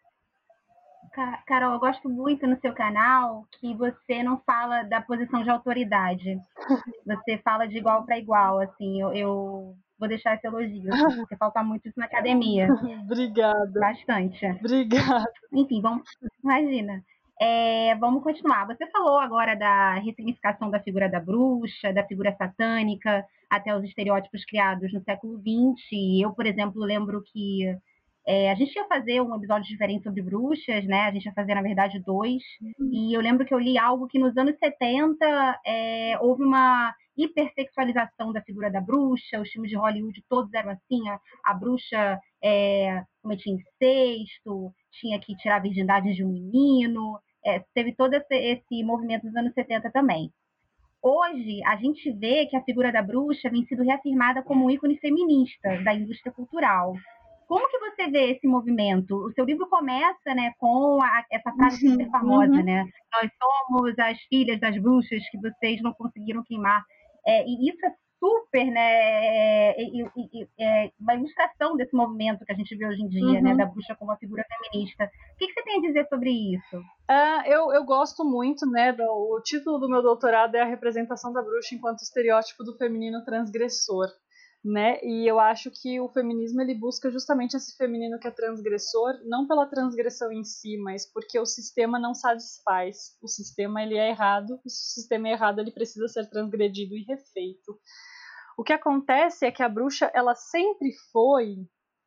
Carol, eu gosto muito no seu canal que você não fala da posição de autoridade. Você fala de igual para igual, assim. Eu, eu vou deixar esse elogio, assim, porque falta muito isso na academia. Obrigada. Bastante. Obrigada. Enfim, vamos, imagina. É, vamos continuar. Você falou agora da ressignificação da figura da bruxa, da figura satânica, até os estereótipos criados no século vinte. Eu, por exemplo, lembro que é, a gente ia fazer um episódio diferente sobre bruxas, né? A gente ia fazer, na verdade, dois. E eu lembro que eu li algo que nos anos setenta é, houve uma hipersexualização da figura da bruxa. Os filmes de Hollywood todos eram assim, a, a bruxa é, cometia incesto, tinha que tirar a virgindade de um menino. É, teve todo esse, esse movimento nos anos setenta também. Hoje, a gente vê que a figura da bruxa vem sido reafirmada como um ícone feminista da indústria cultural. Como que você vê esse movimento? O seu livro começa, né, com a, essa frase super famosa, Uhum. né? Nós somos as filhas das bruxas que vocês não conseguiram queimar. É, e isso é super, né, e, e, é, uma ilustração desse movimento que a gente vê hoje em dia, Uhum. né, da bruxa como uma figura feminista. O que, que você tem a dizer sobre isso? Uh, eu, eu gosto muito, né, do, o título do meu doutorado é a representação da bruxa enquanto estereótipo do feminino transgressor, né, e eu acho que o feminismo ele busca justamente esse feminino que é transgressor, não pela transgressão em si, mas porque o sistema não satisfaz, o sistema ele é errado, e se o sistema é errado ele precisa ser transgredido e refeito. O que acontece é que a bruxa ela sempre foi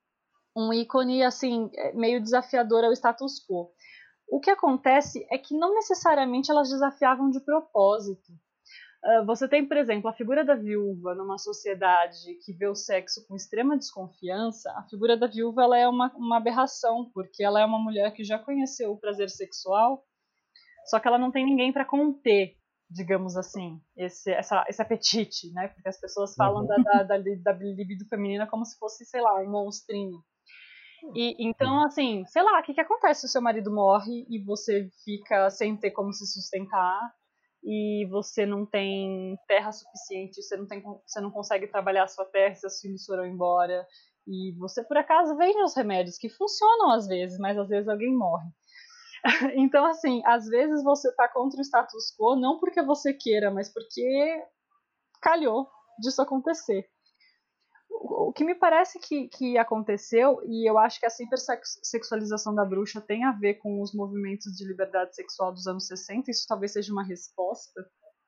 um ícone assim meio desafiador ao status quo. O que acontece é que não necessariamente elas desafiavam de propósito. Uh, você tem, por exemplo, a figura da viúva numa sociedade que vê o sexo com extrema desconfiança. A figura da viúva ela é uma, uma aberração, porque ela é uma mulher que já conheceu o prazer sexual, só que ela não tem ninguém para conter, digamos assim, esse, essa, esse apetite, né? Porque as pessoas falam uhum. da, da, da, da libido feminina como se fosse, sei lá, um monstrinho. E, então, assim, sei lá, o que, que acontece se o seu marido morre e você fica sem ter como se sustentar e você não tem terra suficiente, você não, tem, você não consegue trabalhar a sua terra, seus filhos foram embora e você, por acaso, vende os remédios que funcionam às vezes, mas às vezes alguém morre. Então, assim, às vezes você tá contra o status quo não porque você queira, mas porque calhou disso acontecer. O que me parece que, que aconteceu, e eu acho que essa hipersexualização da bruxa tem a ver com os movimentos de liberdade sexual dos anos sessenta, isso talvez seja uma resposta,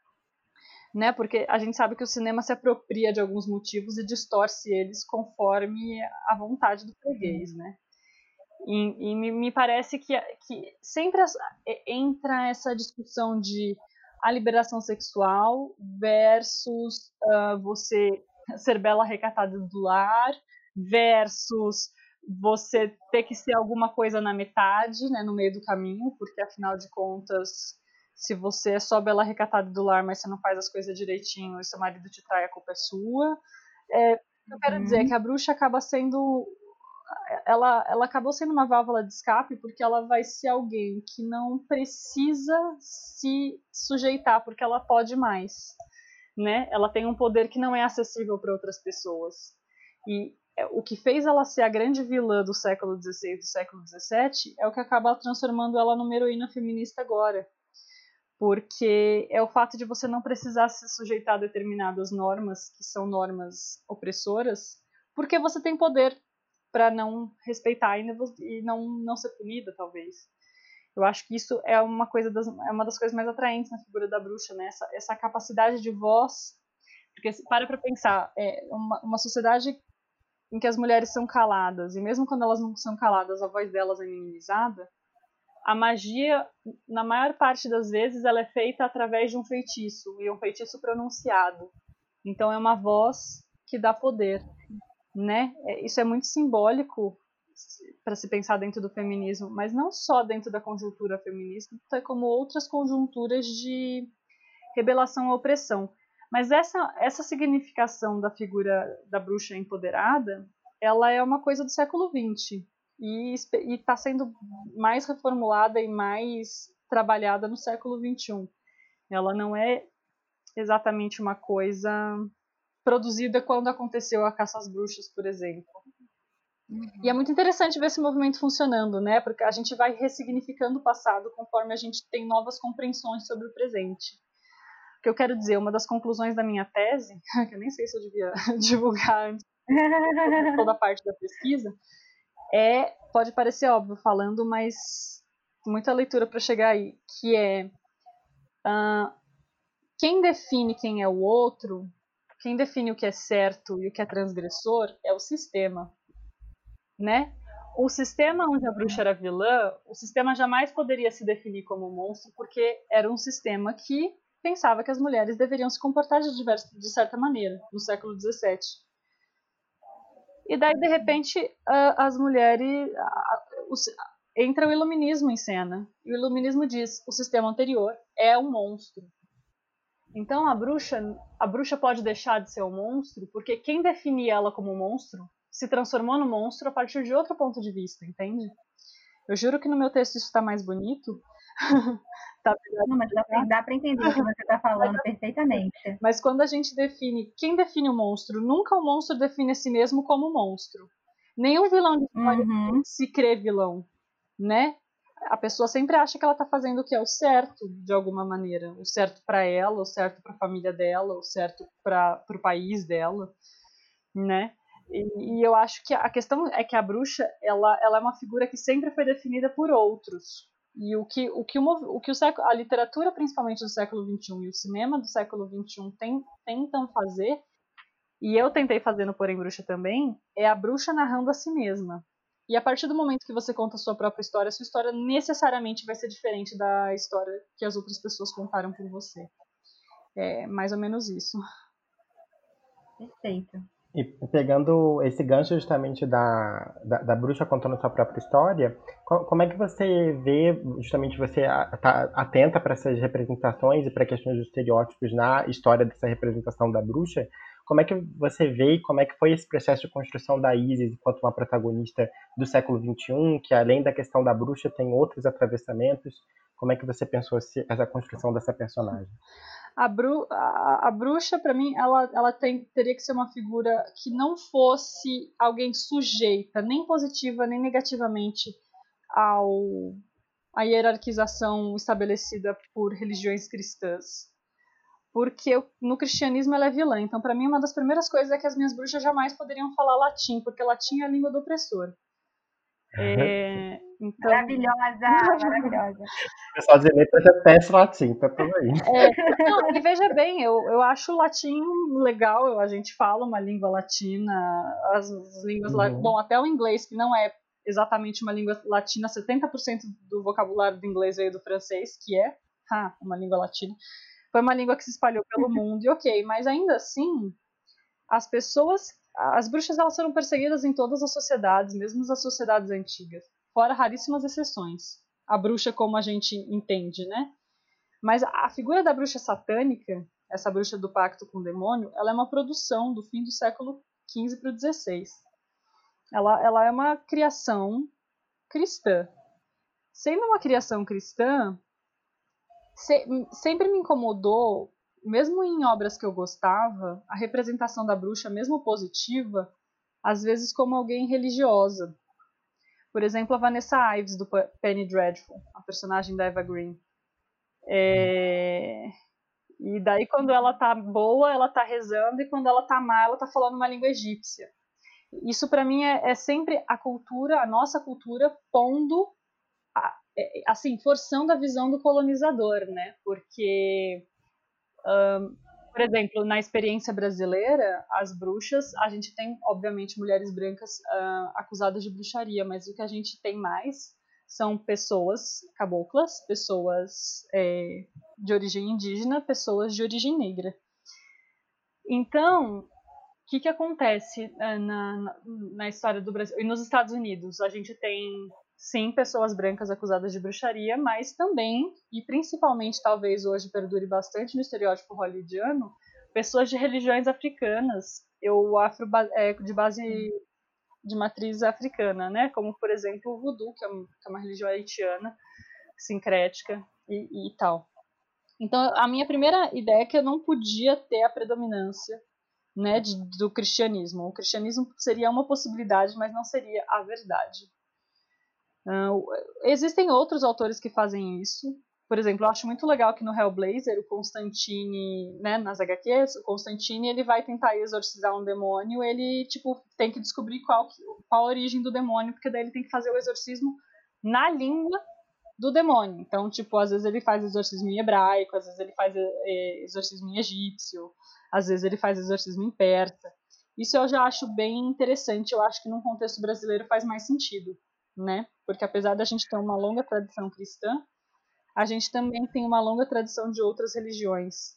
né? Porque a gente sabe que o cinema se apropria de alguns motivos e distorce eles conforme a vontade do freguês, né? E, e me, me parece que, que sempre as, entra essa discussão de a liberação sexual versus uh, você ser bela recatada do lar versus você ter que ser alguma coisa na metade, né, no meio do caminho, porque afinal de contas, se você é só bela recatada do lar, mas você não faz as coisas direitinho e seu marido te trai, a culpa é sua. É, o que eu quero uhum. dizer é que a bruxa acaba sendo Ela, ela acabou sendo uma válvula de escape porque ela vai ser alguém que não precisa se sujeitar porque ela pode mais, né? Ela tem um poder que não é acessível para outras pessoas. E o que fez ela ser a grande vilã do século dezesseis e do século dezessete é o que acaba transformando ela numa heroína feminista agora. Porque é o fato de você não precisar se sujeitar a determinadas normas, que são normas opressoras, porque você tem poder para não respeitar e não, não ser punida, talvez. Eu acho que isso é uma, coisa das, é uma das coisas mais atraentes na figura da bruxa, né? Essa, essa capacidade de voz. Porque, para pra pensar, é uma, uma sociedade em que as mulheres são caladas, e mesmo quando elas não são caladas, a voz delas é minimizada, a magia, na maior parte das vezes, ela é feita através de um feitiço, e um feitiço pronunciado. Então é uma voz que dá poder, né? Isso é muito simbólico para se pensar dentro do feminismo, mas não só dentro da conjuntura feminista, como outras conjunturas de rebelação à opressão. Mas essa, essa significação da figura da bruxa empoderada, ela é uma coisa do século vinte e está sendo mais reformulada e mais trabalhada no século vinte e um. Ela não é exatamente uma coisa produzida quando aconteceu a caça às bruxas, por exemplo. Uhum. E é muito interessante ver esse movimento funcionando, né? Porque a gente vai ressignificando o passado conforme a gente tem novas compreensões sobre o presente. O que eu quero dizer, uma das conclusões da minha tese, que eu nem sei se eu devia divulgar antes de toda a parte da pesquisa, é, pode parecer óbvio falando, mas muita leitura para chegar aí, que é uh, quem define quem é o outro, quem define o que é certo e o que é transgressor é o sistema, né? O sistema onde a bruxa era vilã, o sistema jamais poderia se definir como monstro, porque era um sistema que pensava que as mulheres deveriam se comportar de, diversa, de certa maneira, no século dezessete. E daí, de repente, uh, as mulheres... Uh, os, entra o iluminismo em cena. E o iluminismo diz, o sistema anterior é um monstro. Então, a bruxa, a bruxa pode deixar de ser um monstro, porque quem definia ela como um monstro se transformou no monstro a partir de outro ponto de vista, entende? Eu juro que no meu texto isso está mais bonito. Tá, não, mas dá, dá para entender o que você está falando mas, perfeitamente. Mas quando a gente define, quem define o monstro, nunca o monstro define a si mesmo como monstro. Nenhum vilão de história uhum. se crê vilão, né? A pessoa sempre acha que ela está fazendo o que é o certo, de alguma maneira. O certo para ela, o certo para a família dela, o certo para o país dela, né? E, e eu acho que a questão é que a bruxa, ela, ela é uma figura que sempre foi definida por outros. E o que, o que, o, o que o século, a literatura, principalmente do século vinte e um, e o cinema do século vinte e um tem, tentam fazer, e eu tentei fazer no Porém Bruxa também, é a bruxa narrando a si mesma. E a partir do momento que você conta a sua própria história, a sua história necessariamente vai ser diferente da história que as outras pessoas contaram por você. É mais ou menos isso. Perfeito. E pegando esse gancho justamente da, da, da bruxa contando sua própria história, como é que você vê, justamente você tá atenta para essas representações e para questões dos estereótipos na história dessa representação da bruxa? Como é que você vê e como é que foi esse processo de construção da Isis enquanto uma protagonista do século vinte e um, que além da questão da bruxa tem outros atravessamentos? Como é que você pensou essa construção dessa personagem? A, bru, a, a bruxa, para mim, ela, ela tem, teria que ser uma figura que não fosse alguém sujeita, nem positiva nem negativamente, ao, à hierarquização estabelecida por religiões cristãs. Porque eu, no cristianismo ela é vilã. Então, para mim, uma das primeiras coisas é que as minhas bruxas jamais poderiam falar latim, porque latim é a língua do opressor. É, então... Maravilhosa, maravilhosa. O pessoal de letras é péssimo latim, tá tudo aí. É, não, e veja bem, eu, eu acho o latim legal, a gente fala uma língua latina, as, as línguas, uhum. Bom, até o inglês, que não é exatamente uma língua latina, setenta por cento do vocabulário do inglês veio do francês, que é ah, uma língua latina. Foi uma língua que se espalhou pelo mundo, e ok, mas ainda assim, as pessoas, as bruxas, elas foram perseguidas em todas as sociedades, mesmo as sociedades antigas, fora raríssimas exceções. A bruxa como a gente entende, né? Mas a figura da bruxa satânica, essa bruxa do pacto com o demônio, ela é uma produção do fim do século quinze para o dezesseis. Ela, ela é uma criação cristã. Sendo uma criação cristã, se, sempre me incomodou, mesmo em obras que eu gostava, a representação da bruxa, mesmo positiva, às vezes como alguém religiosa. Por exemplo, a Vanessa Ives, do Penny Dreadful, a personagem da Eva Green. É... E daí, quando ela tá boa, ela tá rezando, e quando ela tá má, ela tá falando uma língua egípcia. Isso, para mim, é, é sempre a cultura, a nossa cultura, pondo a, assim, forçando a visão do colonizador, né? Porque, um, por exemplo, na experiência brasileira, as bruxas, a gente tem, obviamente, mulheres brancas uh, acusadas de bruxaria, mas o que a gente tem mais são pessoas caboclas, pessoas é, de origem indígena, pessoas de origem negra. Então, o que, que acontece uh, na, na, na história do Brasil? E nos Estados Unidos, a gente tem, sim, pessoas brancas acusadas de bruxaria, mas também, e principalmente talvez hoje perdure bastante no estereótipo hollywoodiano, pessoas de religiões africanas, ou afro, é, de base de matriz africana, né? Como, por exemplo, o voodoo, que é uma, que é uma religião haitiana, sincrética e, e tal. Então, a minha primeira ideia é que eu não podia ter a predominância, né, de, do cristianismo. O cristianismo seria uma possibilidade, mas não seria a verdade. Uh, existem outros autores que fazem isso. Por exemplo, eu acho muito legal que no Hellblazer, o Constantine, né, nas agá quês, o Constantine, ele vai tentar exorcizar um demônio, ele, tipo, tem que descobrir qual, qual a origem do demônio, porque daí ele tem que fazer o exorcismo na língua do demônio. Então, tipo, às vezes ele faz exorcismo em hebraico, às vezes ele faz é, exorcismo em egípcio, às vezes ele faz exorcismo em persa. Isso eu já acho bem interessante, eu acho que num contexto brasileiro faz mais sentido, né? Porque apesar da gente ter uma longa tradição cristã, a gente também tem uma longa tradição de outras religiões.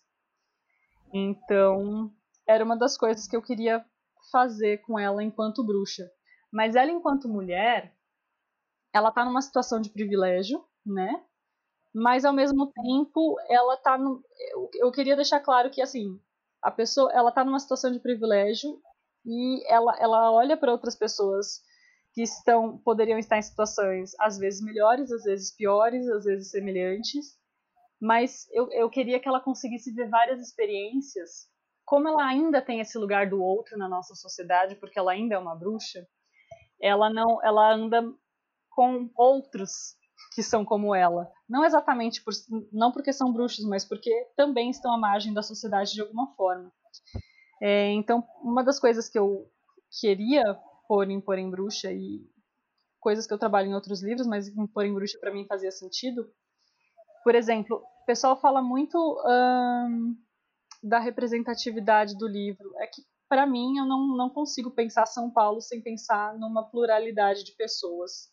Então, era uma das coisas que eu queria fazer com ela enquanto bruxa. Mas ela, enquanto mulher, ela tá numa situação de privilégio, né? Mas, ao mesmo tempo, ela tá no... Eu queria deixar claro que, assim, a pessoa, ela tá numa situação de privilégio e ela, ela olha para outras pessoas que estão, poderiam estar em situações às vezes melhores, às vezes piores, às vezes semelhantes, mas eu, eu queria que ela conseguisse ver várias experiências. Como ela ainda tem esse lugar do outro na nossa sociedade, porque ela ainda é uma bruxa, ela não, ela anda com outros que são como ela. Não exatamente por, não porque são bruxos, mas porque também estão à margem da sociedade de alguma forma. É, então, uma das coisas que eu queria pôr em Pôr em Bruxa, e coisas que eu trabalho em outros livros, mas em Pôr em Bruxa para mim fazia sentido. Por exemplo, o pessoal fala muito hum, da representatividade do livro. É que, para mim, eu não, não consigo pensar São Paulo sem pensar numa pluralidade de pessoas.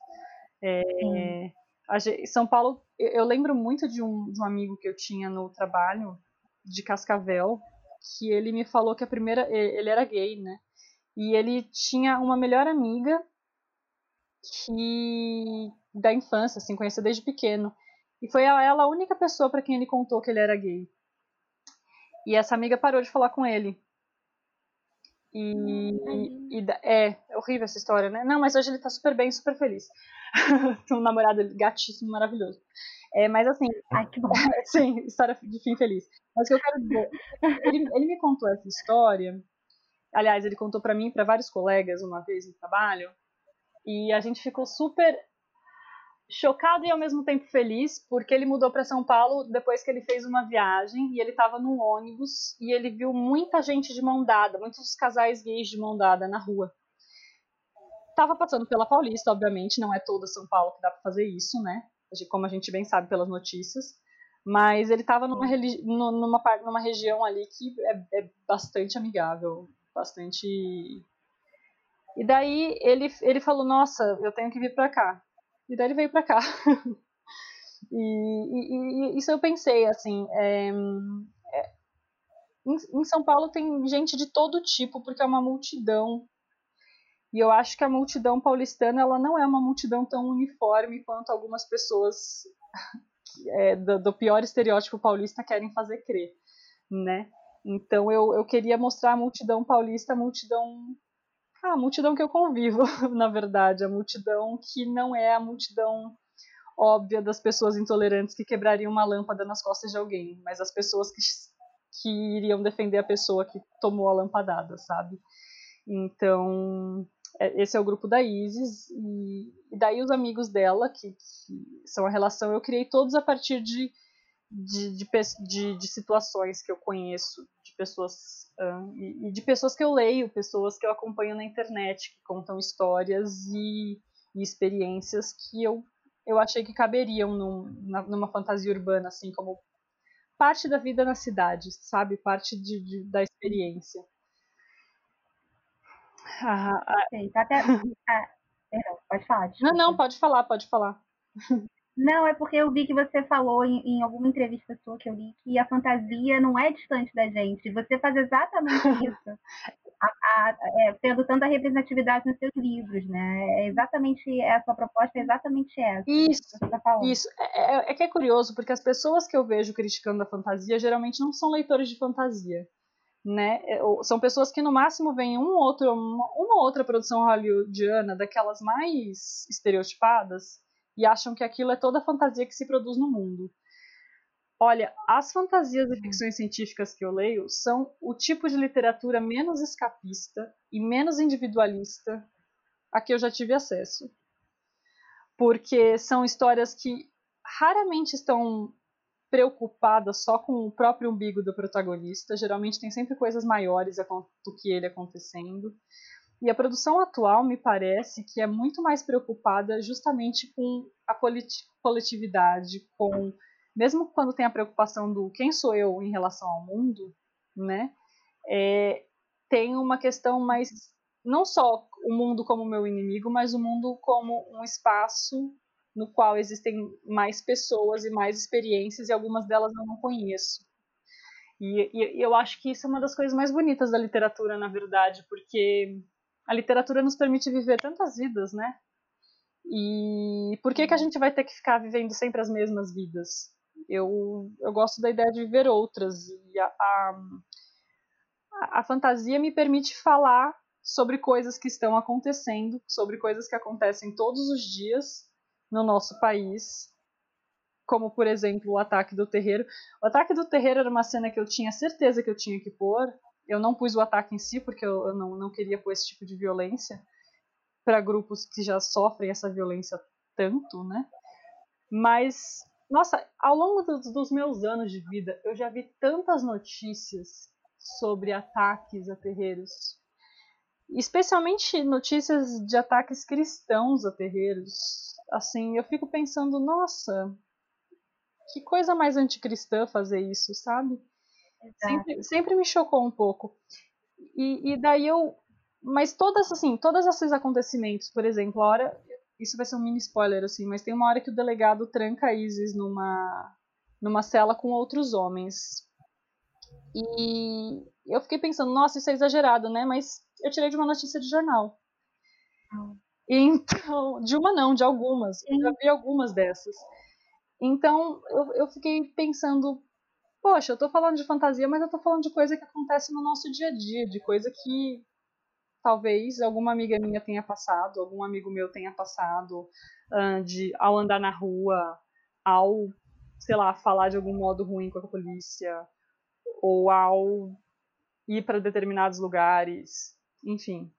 É, a, São Paulo, eu, eu lembro muito de um, de um amigo que eu tinha no trabalho, de Cascavel, que ele me falou que a primeira... Ele era gay, né? E ele tinha uma melhor amiga que da infância, assim, conhecia desde pequeno. E foi ela a única pessoa para quem ele contou que ele era gay. E essa amiga parou de falar com ele. E, e é, é horrível essa história, né? Não, mas hoje ele tá super bem, super feliz. Tem um namorado gatíssimo, maravilhoso. É, mas assim, ai, que bom. Sim, história de fim feliz. Mas o que eu quero dizer, ele, ele me contou essa história. Aliás, ele contou para mim e para vários colegas uma vez no trabalho. E a gente ficou super chocado e ao mesmo tempo feliz, porque ele mudou para São Paulo depois que ele fez uma viagem e ele estava num ônibus e ele viu muita gente de mão dada, muitos casais gays de mão dada na rua. Tava passando pela Paulista, obviamente, não é toda São Paulo que dá para fazer isso, né? Como a gente bem sabe pelas notícias. Mas ele estava numa, numa, numa região ali que é, é bastante amigável, bastante... E daí ele, ele falou, nossa, eu tenho que vir pra cá. E daí ele veio pra cá. e, e, e isso eu pensei, assim, é, é, em, em São Paulo tem gente de todo tipo, porque é uma multidão. E eu acho que a multidão paulistana, ela não é uma multidão tão uniforme quanto algumas pessoas é, do, do pior estereótipo paulista querem fazer crer, né? Então eu, eu queria mostrar a multidão paulista, a multidão... Ah, a multidão que eu convivo, na verdade. A multidão que não é a multidão óbvia das pessoas intolerantes que quebrariam uma lâmpada nas costas de alguém, mas as pessoas que, que iriam defender a pessoa que tomou a lampadada, sabe? Então, esse é o grupo da Isis, e, e daí os amigos dela, que, que são a relação, eu criei todos a partir de, de, de, de, de situações que eu conheço, de pessoas, uh, e, e de pessoas que eu leio, pessoas que eu acompanho na internet, que contam histórias e, e experiências que eu eu achei que caberiam num, numa fantasia urbana, assim, como parte da vida na cidade, sabe? Parte de, de, da experiência. Ah, ah. Sei, tá até... ah, perdão, pode falar, Não, desculpa. não, pode falar, pode falar. Não, é porque eu vi que você falou em, em alguma entrevista sua que eu li que a fantasia não é distante da gente. Você faz exatamente isso, a, a, é, tendo tanta representatividade nos seus livros, né? É exatamente a sua proposta, é exatamente essa. Isso, que você tá falando. isso. É, é, é que é curioso, porque as pessoas que eu vejo criticando a fantasia geralmente não são leitores de fantasia. Né? São pessoas que no máximo veem um outro, uma, uma outra produção hollywoodiana, daquelas mais estereotipadas, e acham que aquilo é toda a fantasia que se produz no mundo. Olha, as fantasias e ficções científicas que eu leio são o tipo de literatura menos escapista e menos individualista a que eu já tive acesso. Porque são histórias que raramente estão preocupada só com o próprio umbigo do protagonista. Geralmente tem sempre coisas maiores do que ele acontecendo. E a produção atual me parece que é muito mais preocupada justamente com a coletividade, com mesmo quando tem a preocupação do quem sou eu em relação ao mundo, né? É, tem uma questão mais não só o mundo como meu inimigo, mas o mundo como um espaço no qual existem mais pessoas e mais experiências, e algumas delas eu não conheço. E, e eu acho que isso é uma das coisas mais bonitas da literatura, na verdade, porque a literatura nos permite viver tantas vidas, né? E por que que a gente vai ter que ficar vivendo sempre as mesmas vidas? Eu, eu gosto da ideia de viver outras, e a, a, a fantasia me permite falar sobre coisas que estão acontecendo, sobre coisas que acontecem todos os dias, no nosso país, como, por exemplo, o Ataque do Terreiro. O Ataque do Terreiro era uma cena que eu tinha certeza que eu tinha que pôr. Eu não pus o ataque em si, porque eu, eu não, não queria pôr esse tipo de violência para grupos que já sofrem essa violência tanto, né? Mas, nossa, ao longo do, dos meus anos de vida, eu já vi tantas notícias sobre ataques a terreiros, especialmente notícias de ataques cristãos a terreiros. Assim, eu fico pensando, nossa, que coisa mais anticristã fazer isso, sabe? Sempre, sempre me chocou um pouco. E, e daí eu... Mas todas, assim, todos esses acontecimentos, por exemplo, a hora... Isso vai ser um mini spoiler, assim, mas tem uma hora que o delegado tranca a Isis numa, numa cela com outros homens. E eu fiquei pensando, nossa, isso é exagerado, né? Mas eu tirei de uma notícia de jornal. Então, de uma não, de algumas. Eu já vi algumas dessas. Então, eu, eu fiquei pensando, poxa, eu tô falando de fantasia, mas eu tô falando de coisa que acontece no nosso dia a dia, de coisa que talvez alguma amiga minha tenha passado, algum amigo meu tenha passado, uh, de, ao andar na rua, ao, sei lá, falar de algum modo ruim com a polícia, ou ao ir para determinados lugares, enfim.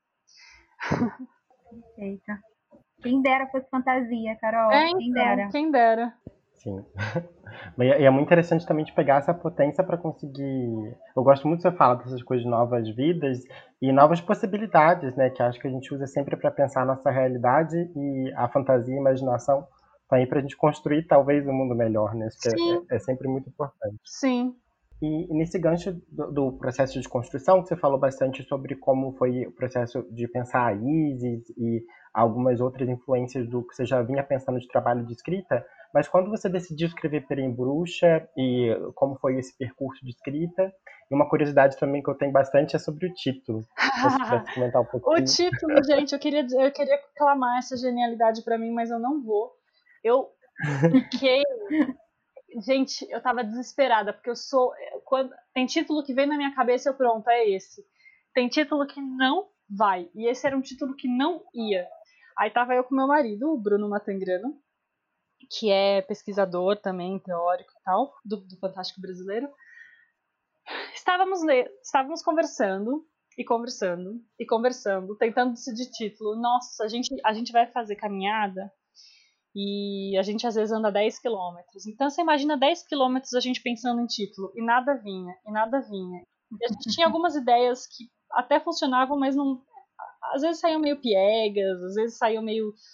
Eita. Quem dera fosse fantasia, Carol. É, então, quem dera. Quem dera. Sim. E é muito interessante também de pegar essa potência para conseguir... Eu gosto muito de você falar dessas coisas de novas vidas e novas possibilidades, né? Que acho que a gente usa sempre para pensar a nossa realidade, e a fantasia e a imaginação estão aí para a gente construir talvez um mundo melhor, né? Acho que é, é sempre muito importante. Sim. E nesse gancho do, do processo de construção, você falou bastante sobre como foi o processo de pensar a Isis e algumas outras influências do que você já vinha pensando de trabalho de escrita, mas quando você decidiu escrever Pera em Bruxa e como foi esse percurso de escrita? E uma curiosidade também que eu tenho bastante é sobre o título. Se você pudesse comentar um pouquinho. O título, gente, eu queria, eu queria clamar essa genialidade para mim, mas eu não vou. Eu fiquei... Gente, eu tava desesperada, porque eu sou... Quando... Tem título que vem na minha cabeça e eu, pronto, é esse. Tem título que não vai. E esse era um título que não ia. Aí tava eu com meu marido, o Bruno Matangrano, que é pesquisador também, teórico e tal, do, do Fantástico Brasileiro. Estávamos, le... Estávamos conversando, e conversando, e conversando, tentando decidir título. Nossa, a gente, a gente vai fazer caminhada... E a gente às vezes anda dez quilômetros. Então você imagina dez quilômetros a gente pensando em título. E nada vinha, e nada vinha. E a gente tinha algumas ideias que até funcionavam, mas não... Às vezes saíam meio piegas, às vezes saíam meio...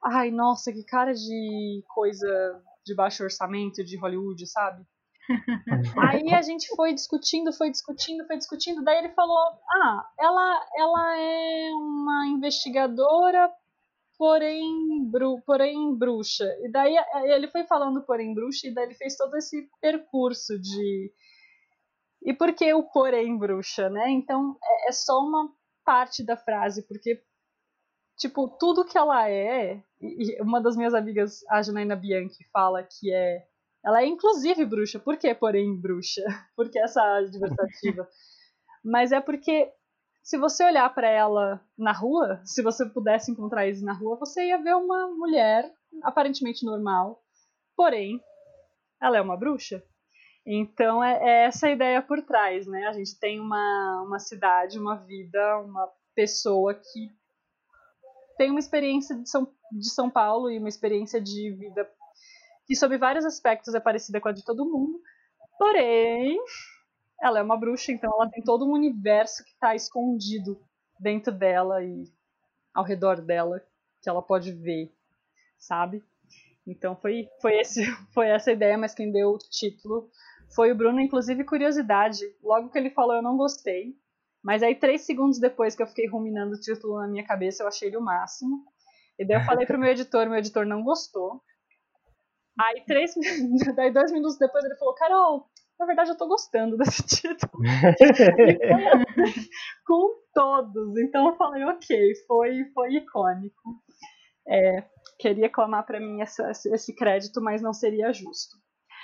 Ai, nossa, que cara de coisa de baixo orçamento de Hollywood, sabe? Aí a gente foi discutindo, foi discutindo, foi discutindo. Daí ele falou: ah, ela, ela é uma investigadora, porém, bru, porém bruxa. E daí ele foi falando porém bruxa, e daí ele fez todo esse percurso de. E por que o porém bruxa, né? Então é, é só uma parte da frase, porque, tipo, tudo que ela é. E uma das minhas amigas, a Janaína Bianchi, fala que é. Ela é inclusive bruxa. Por que, porém, bruxa? Por que essa adversativa? Mas é porque, se você olhar para ela na rua, se você pudesse encontrar eles na rua, você ia ver uma mulher aparentemente normal, porém, ela é uma bruxa. Então é, é essa a ideia por trás, né? A gente tem uma, uma cidade, uma vida, uma pessoa que tem uma experiência de São, de São Paulo e uma experiência de vida que, sob vários aspectos, é parecida com a de todo mundo, porém, ela é uma bruxa, então ela tem todo um universo que está escondido dentro dela e ao redor dela, que ela pode ver, sabe? Então foi, foi, esse, foi essa a ideia, mas quem deu o título foi o Bruno. Inclusive, curiosidade, logo que ele falou eu não gostei, mas aí três segundos depois que eu fiquei ruminando o título na minha cabeça, eu achei ele o máximo. E daí eu falei pro meu editor, meu editor não gostou. Aí três, daí dois minutos depois ele falou: Carol, na verdade eu tô gostando desse título. E foi assim, com todos. Então eu falei, ok, foi, foi icônico. É, queria clamar para mim essa, esse crédito, mas não seria justo.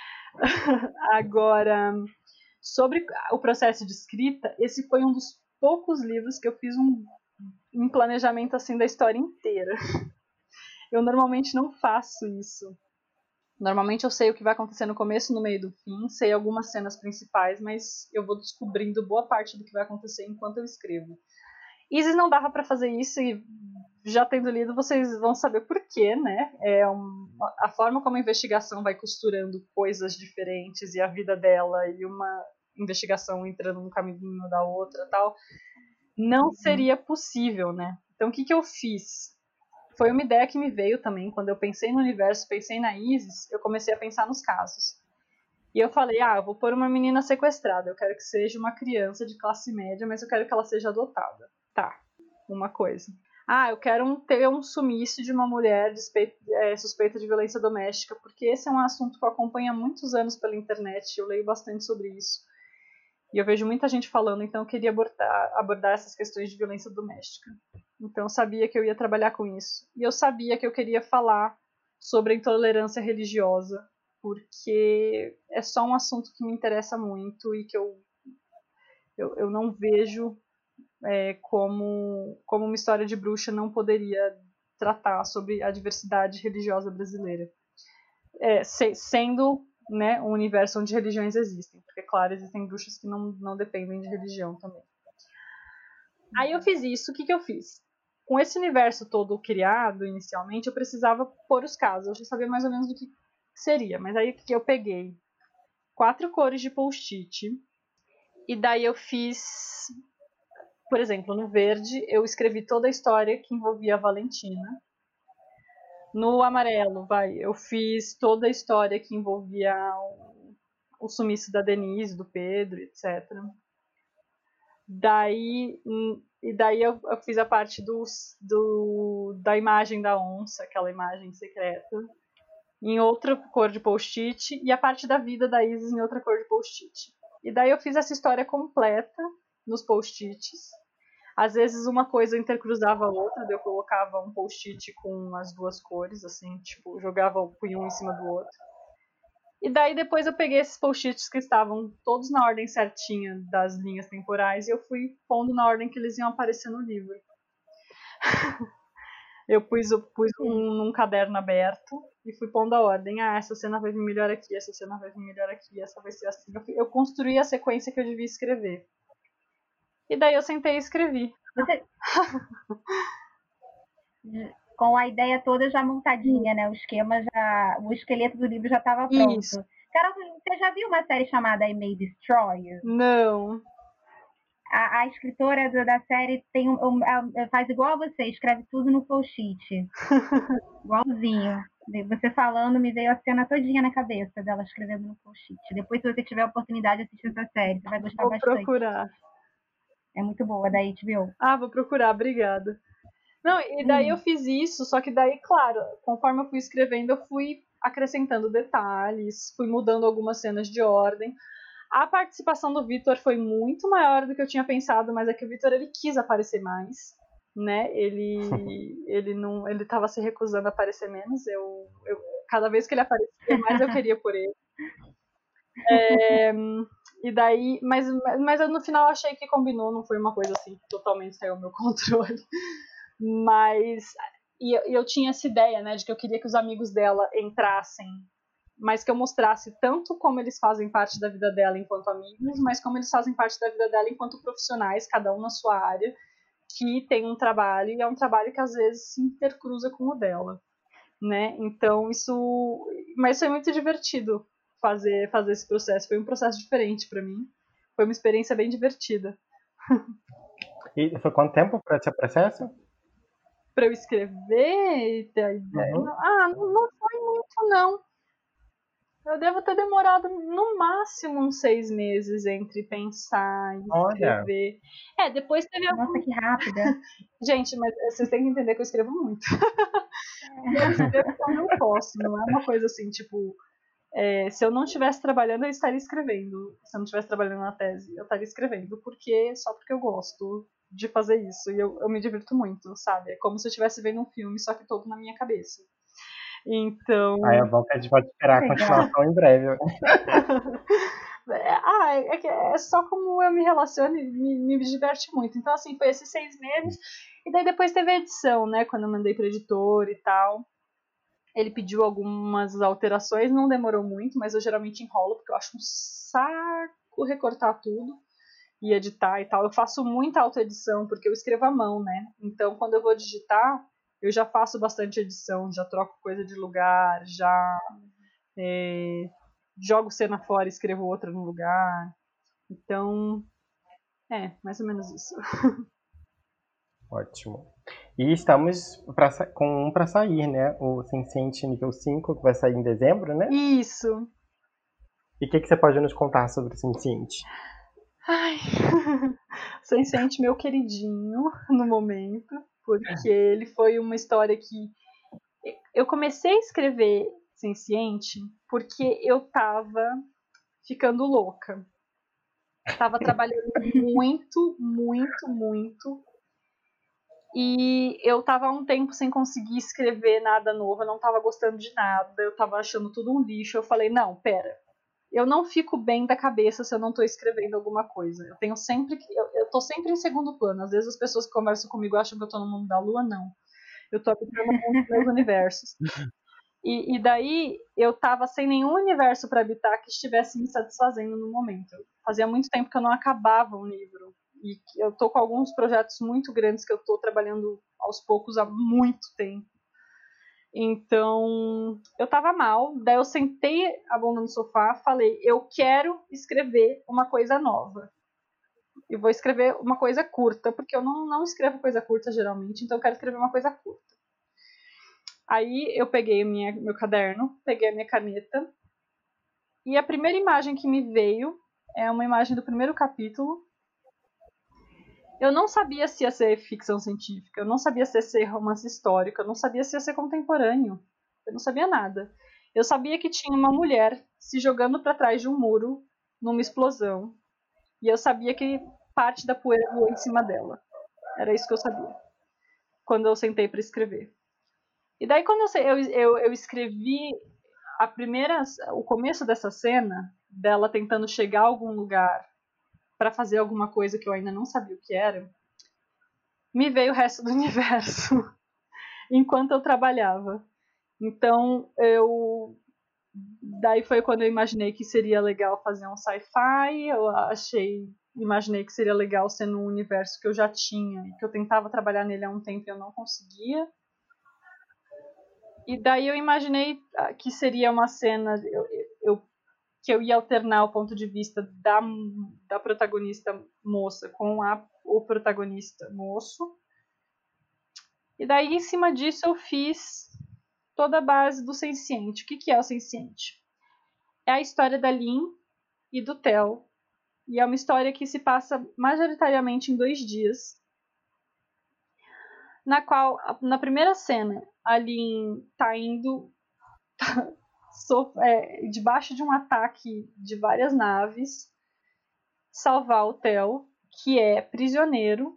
Agora, sobre o processo de escrita, esse foi um dos poucos livros que eu fiz um, um planejamento assim da história inteira. Eu normalmente não faço isso. Normalmente eu sei o que vai acontecer no começo, no meio e do fim, sei algumas cenas principais, mas eu vou descobrindo boa parte do que vai acontecer enquanto eu escrevo. Isis não dava para fazer isso, e já tendo lido vocês vão saber por quê, né? É um, a forma como a investigação vai costurando coisas diferentes e a vida dela e uma investigação entrando no caminho da outra tal, não seria possível, né? Então o que, que eu fiz? Foi uma ideia que me veio também, quando eu pensei no universo, pensei na Isis, eu comecei a pensar nos casos. E eu falei, ah, eu vou pôr uma menina sequestrada, eu quero que seja uma criança de classe média, mas eu quero que ela seja adotada. Tá, uma coisa. Ah, eu quero um, ter um sumiço de uma mulher despeita, é, suspeita de violência doméstica, porque esse é um assunto que eu acompanho há muitos anos pela internet, eu leio bastante sobre isso. E eu vejo muita gente falando, então eu queria abordar, abordar essas questões de violência doméstica. Então eu sabia que eu ia trabalhar com isso. E eu sabia que eu queria falar sobre a intolerância religiosa, porque é só um assunto que me interessa muito e que eu, eu, eu não vejo é, como, como uma história de bruxa não poderia tratar sobre a diversidade religiosa brasileira. É, se, sendo, né, um universo onde religiões existem. Porque, claro, existem bruxas que não, não dependem de religião também. Aí eu fiz isso. O que, que eu fiz? Com esse universo todo criado inicialmente, eu precisava pôr os casos. Eu já sabia mais ou menos do que seria. Mas aí eu peguei quatro cores de post-it. E daí eu fiz... Por exemplo, no verde, eu escrevi toda a história que envolvia a Valentina. No amarelo, vai, eu fiz toda a história que envolvia o, o sumiço da Denise, do Pedro, etcétera. Daí, e daí eu, eu fiz a parte do, do, da imagem da onça, aquela imagem secreta, em outra cor de post-it, e a parte da vida da Isis em outra cor de post-it. E daí eu fiz essa história completa nos post-its. Às vezes uma coisa intercruzava a outra, daí eu colocava um post-it com as duas cores, assim, tipo, jogava o punho um em cima do outro. E daí depois eu peguei esses post-its que estavam todos na ordem certinha das linhas temporais e eu fui pondo na ordem que eles iam aparecer no livro. Eu pus, eu pus um num caderno aberto e fui pondo a ordem. Ah, essa cena vai vir melhor aqui, essa cena vai vir melhor aqui, essa vai ser assim. Eu, eu construí a sequência que eu devia escrever. E daí eu sentei e escrevi. Você... Com a ideia toda já montadinha, né? O esquema já... O esqueleto do livro já estava pronto. Isso. Carol, você já viu uma série chamada I May Destroy You? Não. A, a escritora do, da série tem um, um, faz igual a você, escreve tudo no post-it. Igualzinho. Você falando, me veio a cena todinha na cabeça dela escrevendo no post-it. Depois, se você tiver a oportunidade de assistir essa série, você vai gostar Vou bastante. procurar. É muito boa, da H B O. Ah, vou procurar, obrigada. Não, e daí hum. eu fiz isso, só que daí, claro, conforme eu fui escrevendo, eu fui acrescentando detalhes, fui mudando algumas cenas de ordem. A participação do Vitor foi muito maior do que eu tinha pensado, mas é que o Vitor, ele quis aparecer mais, né? Ele ele não, ele estava se recusando a aparecer menos. Eu, eu cada vez que ele aparecia, mais eu queria por ele. É, e daí, mas, mas eu no final achei que combinou, não foi uma coisa assim que totalmente saiu do meu controle. Mas e eu, eu tinha essa ideia, né, de que eu queria que os amigos dela entrassem, mas que eu mostrasse tanto como eles fazem parte da vida dela enquanto amigos, mas como eles fazem parte da vida dela enquanto profissionais, cada um na sua área, que tem um trabalho, e é um trabalho que às vezes se intercruza com o dela, né? Então isso, mas foi muito divertido fazer fazer esse processo, foi um processo diferente para mim, foi uma experiência bem divertida. E foi quanto tempo para esse processo? Para eu escrever e ter a ideia? Uhum. Ah, não, não foi muito não. Eu devo ter demorado no máximo uns seis meses entre pensar e escrever. Olha. É, depois teve algum... Nossa, que rápida. Gente, mas vocês têm que entender que eu escrevo muito. É. Eu escrevo quando eu posso, não é uma coisa assim, tipo... É, se eu não estivesse trabalhando, eu estaria escrevendo. Se eu não estivesse trabalhando na tese, eu estaria escrevendo. Porque, só porque eu gosto de fazer isso. E eu, eu me divirto muito, sabe? É como se eu estivesse vendo um filme, só que todo na minha cabeça. Então... Ah, é bom que a gente pode esperar a continuação em breve. Ah, é, que é só como eu me relaciono e me, me diverte muito. Então, assim, foi esses seis meses. E daí depois teve a edição, né? Quando eu mandei pro editor e tal. Ele pediu algumas alterações, não demorou muito, mas eu geralmente enrolo, porque eu acho um saco recortar tudo e editar e tal. Eu faço muita autoedição, porque eu escrevo à mão, né? Então, quando eu vou digitar, eu já faço bastante edição, já troco coisa de lugar, já é, jogo cena fora e escrevo outra no lugar. Então, é, mais ou menos isso. Ótimo. E estamos pra, com um para sair, né? O Senciente nível cinco, que vai sair em dezembro, né? Isso. E o que, que você pode nos contar sobre o Senciente? Ai, Senciente, meu queridinho no momento, porque ele foi uma história que eu comecei a escrever Senciente porque eu tava ficando louca. Tava trabalhando muito, muito, muito. E eu tava há um tempo sem conseguir escrever nada novo, eu não tava gostando de nada, eu tava achando tudo um lixo. Eu falei, não, pera, eu não fico bem da cabeça se eu não tô escrevendo alguma coisa. Eu tenho sempre que. Eu, eu tô sempre em segundo plano. Às vezes as pessoas que conversam comigo acham que eu tô no mundo da lua, não. Eu tô habitando um dos meus universos. E, e daí eu tava sem nenhum universo para habitar que estivesse me satisfazendo no momento. Fazia muito tempo que eu não acabava um livro. E eu tô com alguns projetos muito grandes que eu tô trabalhando aos poucos há muito tempo. Então, eu tava mal, daí eu sentei a bunda no sofá, falei, eu quero escrever uma coisa nova. E vou escrever uma coisa curta, porque eu não, não escrevo coisa curta geralmente, então eu quero escrever uma coisa curta. Aí eu peguei minha, meu caderno, peguei a minha caneta, e a primeira imagem que me veio é uma imagem do primeiro capítulo. Eu não sabia se ia ser ficção científica, eu não sabia se ia ser romance histórico, eu não sabia se ia ser contemporâneo, eu não sabia nada. Eu sabia que tinha uma mulher se jogando para trás de um muro numa explosão, e eu sabia que parte da poeira voou em cima dela. Era isso que eu sabia, quando eu sentei para escrever. E daí quando eu, eu, eu, eu escrevi a primeira, o começo dessa cena, dela tentando chegar a algum lugar para fazer alguma coisa que eu ainda não sabia o que era, me veio o resto do universo enquanto eu trabalhava. Então, eu... Daí foi quando eu imaginei que seria legal fazer um sci-fi, eu achei... Imaginei que seria legal ser num universo que eu já tinha e que eu tentava trabalhar nele há um tempo e eu não conseguia. E daí eu imaginei que seria uma cena... Eu, eu que eu ia alternar o ponto de vista da, da protagonista moça com a, o protagonista moço. E daí, em cima disso, eu fiz toda a base do Senciente. O que, que é o Senciente? É a história da Lin e do Theo. E é uma história que se passa majoritariamente em dois dias. Na qual, na primeira cena, a Lin tá indo so, é, debaixo de um ataque de várias naves, salvar o Theo, que é prisioneiro,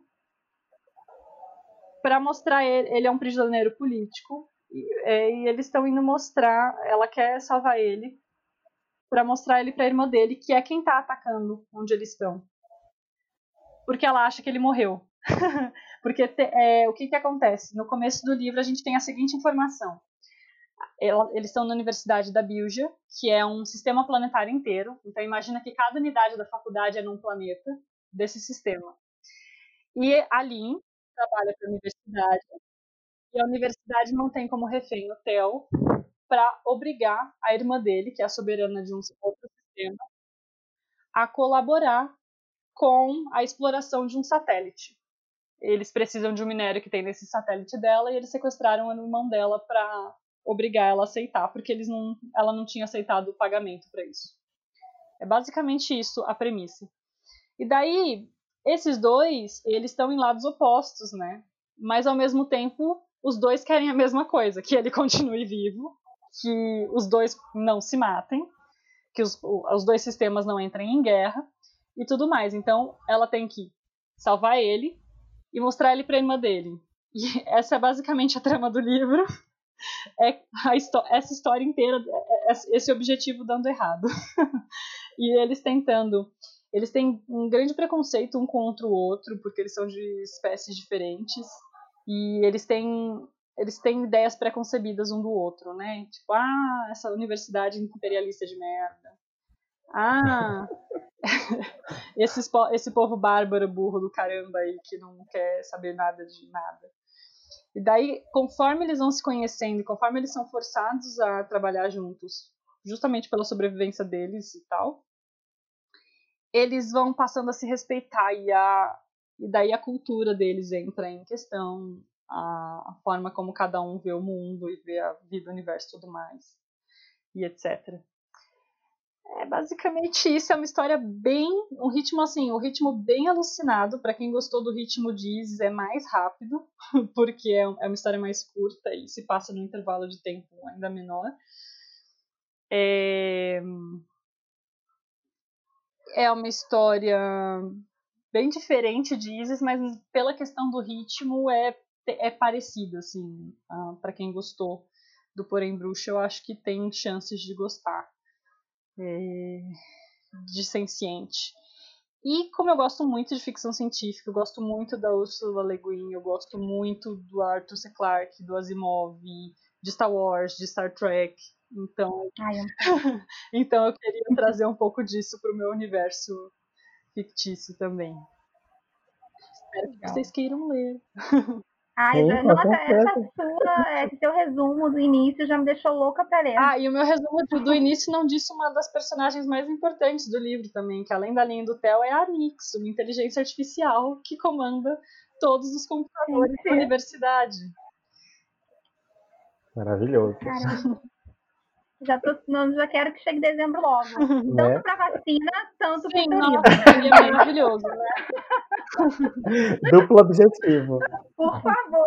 para mostrar ele, ele é um prisioneiro político, e, é, e eles estão indo mostrar, ela quer salvar ele, para mostrar ele para a irmã dele, que é quem tá atacando onde eles estão. Porque ela acha que ele morreu. Porque te, é, o que, que acontece? No começo do livro a gente tem a seguinte informação. Ela, eles estão na Universidade da Bilgia, que é um sistema planetário inteiro. Então imagina que cada unidade da faculdade é num planeta desse sistema. E a Lin trabalha para a universidade, e a universidade não tem como refém o Theo para obrigar a irmã dele, que é a soberana de um outro sistema, a colaborar com a exploração de um satélite. Eles precisam de um minério que tem nesse satélite dela e eles sequestraram a irmã dela para obrigar ela a aceitar, porque eles não, ela não tinha aceitado o pagamento para isso. É basicamente isso a premissa. E daí, esses dois, eles estão em lados opostos, né? Mas ao mesmo tempo, os dois querem a mesma coisa, que ele continue vivo, que os dois não se matem, que os, os dois sistemas não entrem em guerra e tudo mais. Então, ela tem que salvar ele e mostrar ele para a irmã dele. E essa é basicamente a trama do livro. É a essa história inteira, esse objetivo dando errado. E eles tentando... Eles têm um grande preconceito um contra o outro, porque eles são de espécies diferentes. E eles têm, eles têm ideias preconcebidas um do outro, né? Tipo, ah, essa universidade imperialista de merda. Ah... esse, esse povo bárbaro, burro do caramba aí, que não quer saber nada de nada. E daí, conforme eles vão se conhecendo, conforme eles são forçados a trabalhar juntos, justamente pela sobrevivência deles e tal, eles vão passando a se respeitar e, a, e daí a cultura deles entra em questão, a, a forma como cada um vê o mundo e vê a vida, o universo e tudo mais, e etcétera. É basicamente isso, é uma história bem, um ritmo assim, um ritmo bem alucinado. Para quem gostou do ritmo de Isis, é mais rápido, porque é uma história mais curta e se passa num intervalo de tempo ainda menor. É, é uma história bem diferente de Isis, mas pela questão do ritmo é, é parecido, assim. Uh, para quem gostou do Porém Bruxa, eu acho que tem chances de gostar. É, de Senciente. E como eu gosto muito de ficção científica, eu gosto muito da Ursula Le Guin, eu gosto muito do Arthur C. Clarke, do Asimov, de Star Wars, de Star Trek. Então, Ai, eu... então eu queria trazer um pouco disso para o meu universo fictício também. Espero que vocês queiram ler. Ai, Sim, nossa, essa sua, esse seu resumo do início já me deixou louca pra ler. Ah, e o meu resumo do, do início não disse uma das personagens mais importantes do livro também, que além da linha do Theo é a Nix, uma inteligência artificial que comanda todos os computadores Sim, da universidade. Maravilhoso. Caramba. Já, tô, não, já quero que chegue dezembro logo. Tanto né? Pra vacina, tanto Sim, pro livro. Seria maravilhoso, né? Duplo objetivo. Por favor.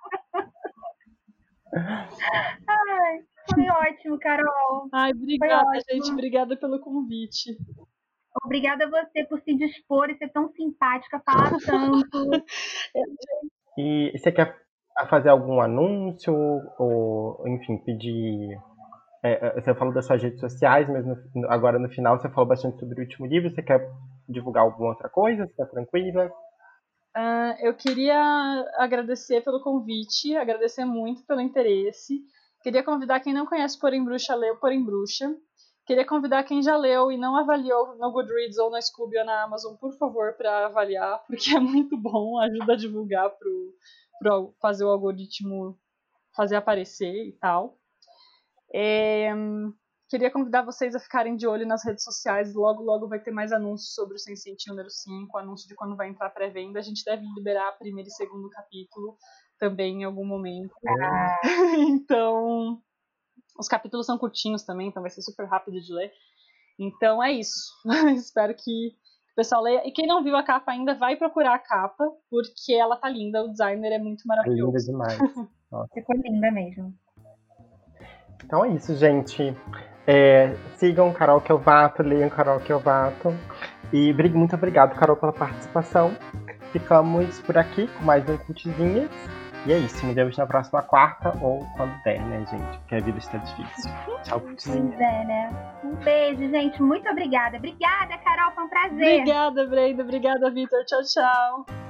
Ai, foi ótimo, Carol. Ai, obrigada, gente. Obrigada pelo convite. Obrigada a você por se dispor e ser tão simpática, falar tanto. E você quer fazer algum anúncio? Ou, enfim, pedir... É, você falou das suas redes sociais, mas no, agora no final você falou bastante sobre o último livro. Você quer divulgar alguma outra coisa? Você está tranquila? Uh, eu queria agradecer pelo convite, agradecer muito pelo interesse. Queria convidar quem não conhece Porém Bruxa a ler o Porém Bruxa. Queria convidar quem já leu e não avaliou no Goodreads ou na Scooby ou na Amazon, por favor, para avaliar, porque é muito bom, ajuda a divulgar para fazer o algoritmo fazer aparecer e tal. É, queria convidar vocês a ficarem de olho nas redes sociais. Logo, logo vai ter mais anúncios sobre o Sense eight número cinco, anúncio de quando vai entrar a pré-venda. A gente deve liberar o primeiro e segundo capítulo também em algum momento. Ah. Então, os capítulos são curtinhos também, então vai ser super rápido de ler. Então é isso. Espero que o pessoal leia. E quem não viu a capa ainda, vai procurar a capa, porque ela tá linda, o designer é muito É maravilhoso. linda demais. Nossa. Ficou linda mesmo. Então é isso, gente. É, sigam Carol Kelvato, leiam Carol Kelvato. E muito obrigado, Carol, pela participação. Ficamos por aqui com mais um Cultizinhas. E é isso, nos vemos na próxima quarta ou quando der, né, gente? Porque a vida está difícil. Tchau, Cultizinhas. Pois é, né? Um beijo, gente. Muito obrigada. Obrigada, Carol. Foi um prazer. Obrigada, Brenda. Obrigada, Vitor. Tchau, tchau.